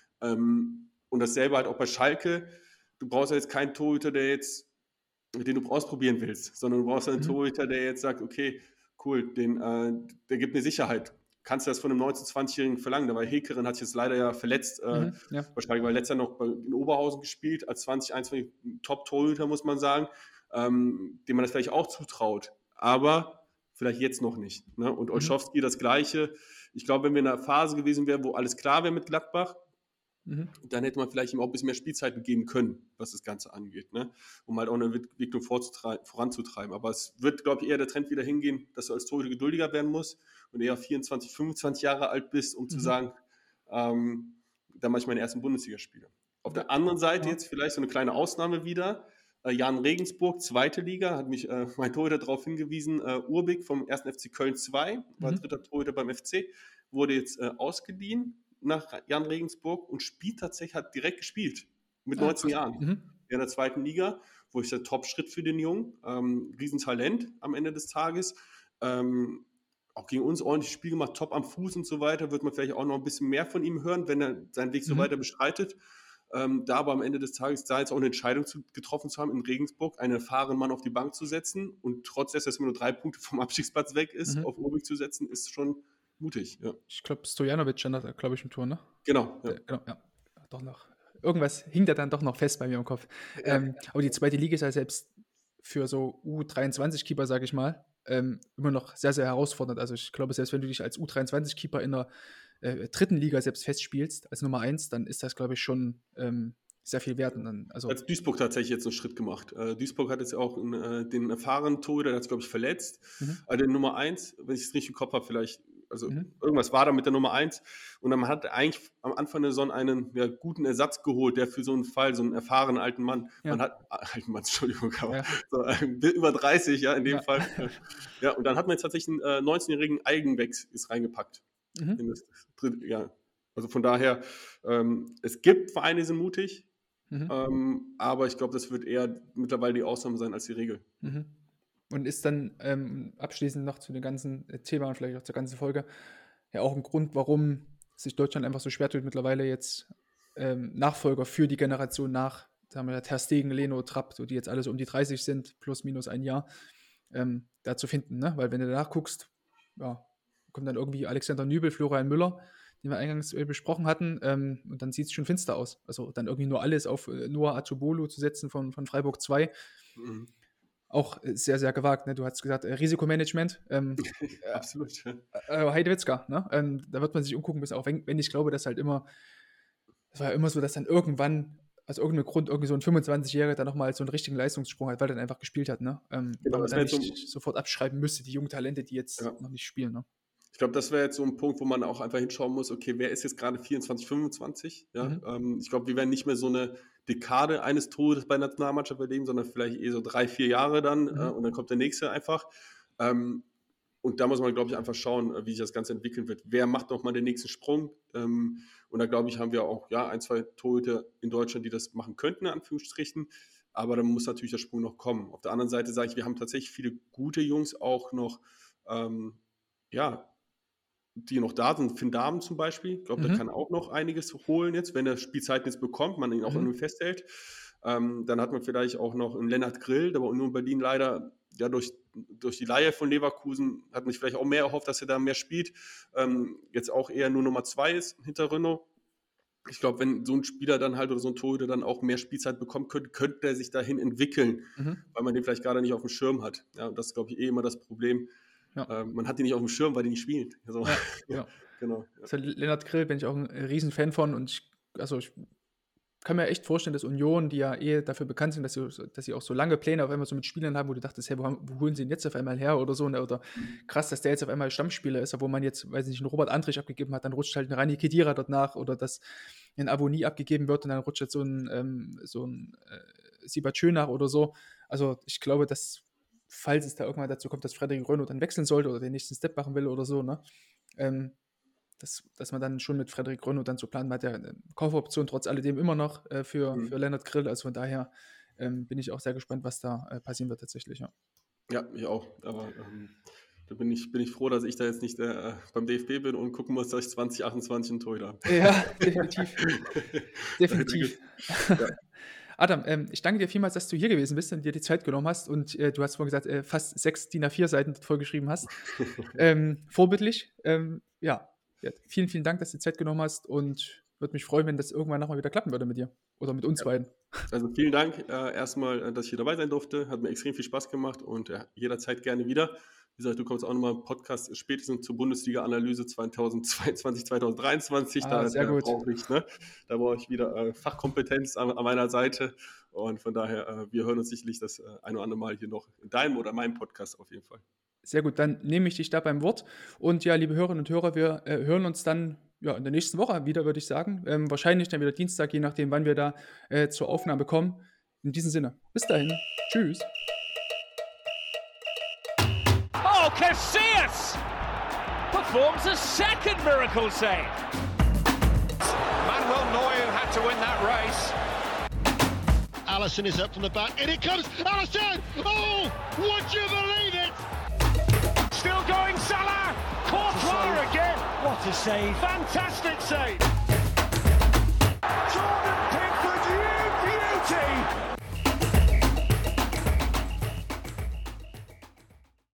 Ähm, und dasselbe halt auch bei Schalke. Du brauchst ja jetzt keinen Torhüter, der jetzt, den du ausprobieren willst, sondern du brauchst einen Mhm. Torhüter, der jetzt sagt, okay, cool, den, äh, der gibt mir Sicherheit. Kannst du das von einem neunzehn-, zwanzigjährigen verlangen? Dabei Hekerin hat sich jetzt leider ja verletzt. Äh, Mhm. Ja. Wahrscheinlich, weil letzter noch in Oberhausen gespielt, als zwanzig einundzwanzig Top-Torhüter, muss man sagen, ähm, dem man das vielleicht auch zutraut. Aber vielleicht jetzt noch nicht. Ne? Und Olschowski das Gleiche. Ich glaube, wenn wir in einer Phase gewesen wären, wo alles klar wäre mit Gladbach, Mhm. dann hätte man vielleicht ihm auch ein bisschen mehr Spielzeiten geben können, was das Ganze angeht, ne? Um halt auch eine Entwicklung voranzutreiben. Aber es wird, glaube ich, eher der Trend wieder hingehen, dass du als Torhüter geduldiger werden musst und eher vierundzwanzig, fünfundzwanzig Jahre alt bist, um Mhm. zu sagen, ähm, dann mache ich meine ersten Bundesligaspiele. Auf der anderen Seite Ja. jetzt vielleicht so eine kleine Ausnahme wieder. Äh, Jan Regensburg, zweite Liga, hat mich äh, mein Torhüter darauf hingewiesen. Äh, Urbik vom ersten F C Köln zwei, war Mhm. dritter Torhüter beim F C, wurde jetzt äh, ausgeliehen nach Jan Regensburg und spielt tatsächlich, hat direkt gespielt. Mit Ah, neunzehn krass. Jahren. Mhm. In der zweiten Liga, wo ich der Top-Schritt für den Jungen. Ähm, Riesentalent am Ende des Tages. Ähm, auch gegen uns ordentlich Spiel gemacht, top am Fuß und so weiter. Wird man vielleicht auch noch ein bisschen mehr von ihm hören, wenn er seinen Weg so Mhm. weiter beschreitet. Ähm, da aber am Ende des Tages da jetzt auch eine Entscheidung zu, getroffen zu haben, in Regensburg einen erfahrenen Mann auf die Bank zu setzen und trotz dessen, dass man nur drei Punkte vom Abstiegsplatz weg ist, Mhm. auf Urbik zu setzen, ist schon mutig. Ja. Ich glaube, Stojanovic stand da, glaube ich, im Tor, ne? Genau. Ja. Äh, genau, ja. Doch noch. Irgendwas hing da dann doch noch fest bei mir im Kopf. Ja. Ähm, aber die zweite Liga ist ja selbst für so U dreiundzwanzig-Keeper, sage ich mal, ähm, immer noch sehr, sehr herausfordernd. Also ich glaube, selbst wenn du dich als U dreiundzwanzig-Keeper in der äh, dritten Liga selbst festspielst, als Nummer eins, dann ist das, glaube ich, schon ähm, sehr viel wert. Und dann, also, Als Duisburg tatsächlich jetzt einen Schritt gemacht. Äh, Duisburg hat jetzt auch einen, äh, den erfahrenen Torhüter, der hat sich, glaube ich, verletzt. Mhm. Also den Nummer eins, wenn ich es richtig im Kopf habe, vielleicht, also Mhm. irgendwas war da mit der Nummer eins. Und dann hat er eigentlich am Anfang der Saison einen ja, guten Ersatz geholt, der für so einen Fall, so einen erfahrenen alten Mann, Ja. man hat, äh, alten Mann, Entschuldigung, aber Ja. so, äh, über dreißig, ja, in dem Ja. Fall. Ja, und dann hat man jetzt tatsächlich einen äh, neunzehnjährigen Eigenwechs ist reingepackt. Mhm. In das dritte, ja. Also von daher, ähm, es gibt Vereine, die sind mutig, Mhm. ähm, aber ich glaube, das wird eher mittlerweile die Ausnahme sein als die Regel. Mhm. Und ist dann ähm, abschließend noch zu dem ganzen äh, Thema und vielleicht auch zur ganzen Folge ja auch ein Grund, warum sich Deutschland einfach so schwer tut, mittlerweile jetzt ähm, Nachfolger für die Generation nach, da haben wir ja Ter Stegen, Leno, Trapp, so die jetzt alle so um die dreißig sind, plus minus ein Jahr, ähm, da zu finden, ne? Weil wenn du danach guckst, ja, kommt dann irgendwie Alexander Nübel, Florian Müller, den wir eingangs äh, besprochen hatten, ähm, und dann sieht es schon finster aus. Also dann irgendwie nur alles auf äh, Noah Atubolu zu setzen von, von Freiburg zwei. Mhm. auch sehr, sehr gewagt. Ne? Du hast gesagt, äh, Risikomanagement. Ähm, Absolut. Ja. Äh, Heidewitzka, ne? Ähm, da wird man sich umgucken müssen, auch wenn, wenn ich glaube, dass halt immer, es war ja immer so, dass dann irgendwann, aus irgendeinem Grund, irgendwie so ein fünfundzwanzigjähriger dann nochmal so einen richtigen Leistungssprung hat, weil er dann einfach gespielt hat, ne? Ähm, Genau, weil man das dann wäre nicht jetzt so- sofort abschreiben müsste, die jungen Talente, die jetzt Ja. noch nicht spielen, ne? Ich glaube, das wäre jetzt so ein Punkt, wo man auch einfach hinschauen muss, okay, wer ist jetzt gerade vierundzwanzig, fünfundzwanzig? Ja? Mhm. Ähm, ich glaube, wir werden nicht mehr so eine Dekade eines Todes bei der Nationalmannschaft erleben, sondern vielleicht eher so drei, vier Jahre dann Mhm. äh, und dann kommt der nächste einfach. Ähm, und da muss man, glaube ich, einfach schauen, äh, wie sich das Ganze entwickeln wird. Wer macht nochmal den nächsten Sprung? Ähm, und da, glaube ich, haben wir auch ja, ein, zwei Torhüter in Deutschland, die das machen könnten, in Anführungsstrichen. Aber dann muss natürlich der Sprung noch kommen. Auf der anderen Seite sage ich, wir haben tatsächlich viele gute Jungs auch noch, ähm, ja, die noch da sind. Finn Dahmen zum Beispiel. Ich glaube, Mhm. der kann auch noch einiges holen jetzt, wenn er Spielzeiten jetzt bekommt, man ihn auch Mhm. irgendwie festhält. Ähm, dann hat man vielleicht auch noch einen Lennart Grill, der war nur in Berlin leider ja durch, durch die Leihe von Leverkusen, hat man sich vielleicht auch mehr erhofft, dass er da mehr spielt. Ähm, jetzt auch eher nur Nummer zwei ist hinter Renault. Ich glaube, wenn so ein Spieler dann halt oder so ein Torhüter dann auch mehr Spielzeit bekommen könnte, könnte er sich dahin entwickeln, Mhm. weil man den vielleicht gerade nicht auf dem Schirm hat. Ja, und das ist, glaube ich, eh immer das Problem. Ja. Ähm, man hat die nicht auf dem Schirm, weil die nicht spielen. Also, Ja, ja. genau. Ja. Also Lennart Grill bin ich auch ein riesen Fan von und ich, also ich kann mir echt vorstellen, dass Union, die ja eh dafür bekannt sind, dass sie, dass sie auch so lange Pläne auf einmal so mit Spielern haben, wo du dachtest, hey, wo, haben, wo holen sie ihn jetzt auf einmal her oder so, ne? Oder krass, dass der jetzt auf einmal Stammspieler ist, obwohl man jetzt, weiß ich nicht, einen Robert Andrich abgegeben hat, dann rutscht halt ein Rani Khedira dort nach oder dass ein Aboni abgegeben wird und dann rutscht jetzt so ein, ähm, so ein äh, Sibatschö nach oder so. Also ich glaube, dass, falls es da irgendwann dazu kommt, dass Frederik Renaud dann wechseln sollte oder den nächsten Step machen will oder so, ne? Ähm, Dass, dass man dann schon mit Frederik Renaud dann so planen, man hat ja eine Kaufoption trotz alledem immer noch äh, für, Mhm. für Lennart Grill, also von daher ähm, bin ich auch sehr gespannt, was da äh, passieren wird tatsächlich, ja. Ja, ich auch. Aber ähm, da bin ich, bin ich froh, dass ich da jetzt nicht äh, beim D F B bin und gucken muss, dass ich zwanzig achtundzwanzig einen Torhüter habe. Ja, definitiv. Definitiv. Ja. Adam, ähm, ich danke dir vielmals, dass du hier gewesen bist und dir die Zeit genommen hast und äh, du hast vorhin gesagt, äh, fast sechs D I N A vier Seiten vollgeschrieben hast. ähm, vorbildlich. Ähm, ja. ja, vielen, vielen Dank, dass du die Zeit genommen hast und würde mich freuen, wenn das irgendwann nochmal wieder klappen würde mit dir oder mit uns Ja. beiden. Also vielen Dank äh, erstmal, äh, dass ich hier dabei sein durfte. Hat mir extrem viel Spaß gemacht und äh, jederzeit gerne wieder. Wie gesagt, du kommst auch nochmal im Podcast spätestens zur Bundesliga-Analyse zweitausendzweiundzwanzig, zweitausenddreiundzwanzig. Ah, da sehr da gut. brauche ich, ne? Da brauche ich wieder äh, Fachkompetenz an, an meiner Seite. Und von daher, äh, wir hören uns sicherlich das äh, ein oder andere Mal hier noch in deinem oder meinem Podcast auf jeden Fall. Sehr gut, dann nehme ich dich da beim Wort. Und ja, liebe Hörerinnen und Hörer, wir äh, hören uns dann ja, in der nächsten Woche wieder, würde ich sagen. Ähm, wahrscheinlich dann wieder Dienstag, je nachdem, wann wir da äh, zur Aufnahme kommen. In diesem Sinne, bis dahin. Tschüss. Oh, Casillas performs a second miracle save. Manuel Neuer had to win that race. Alisson is up from the back. In it comes. Alisson! Oh! Would you believe it? Still going, Salah! Courtois again! What a save. Fantastic save!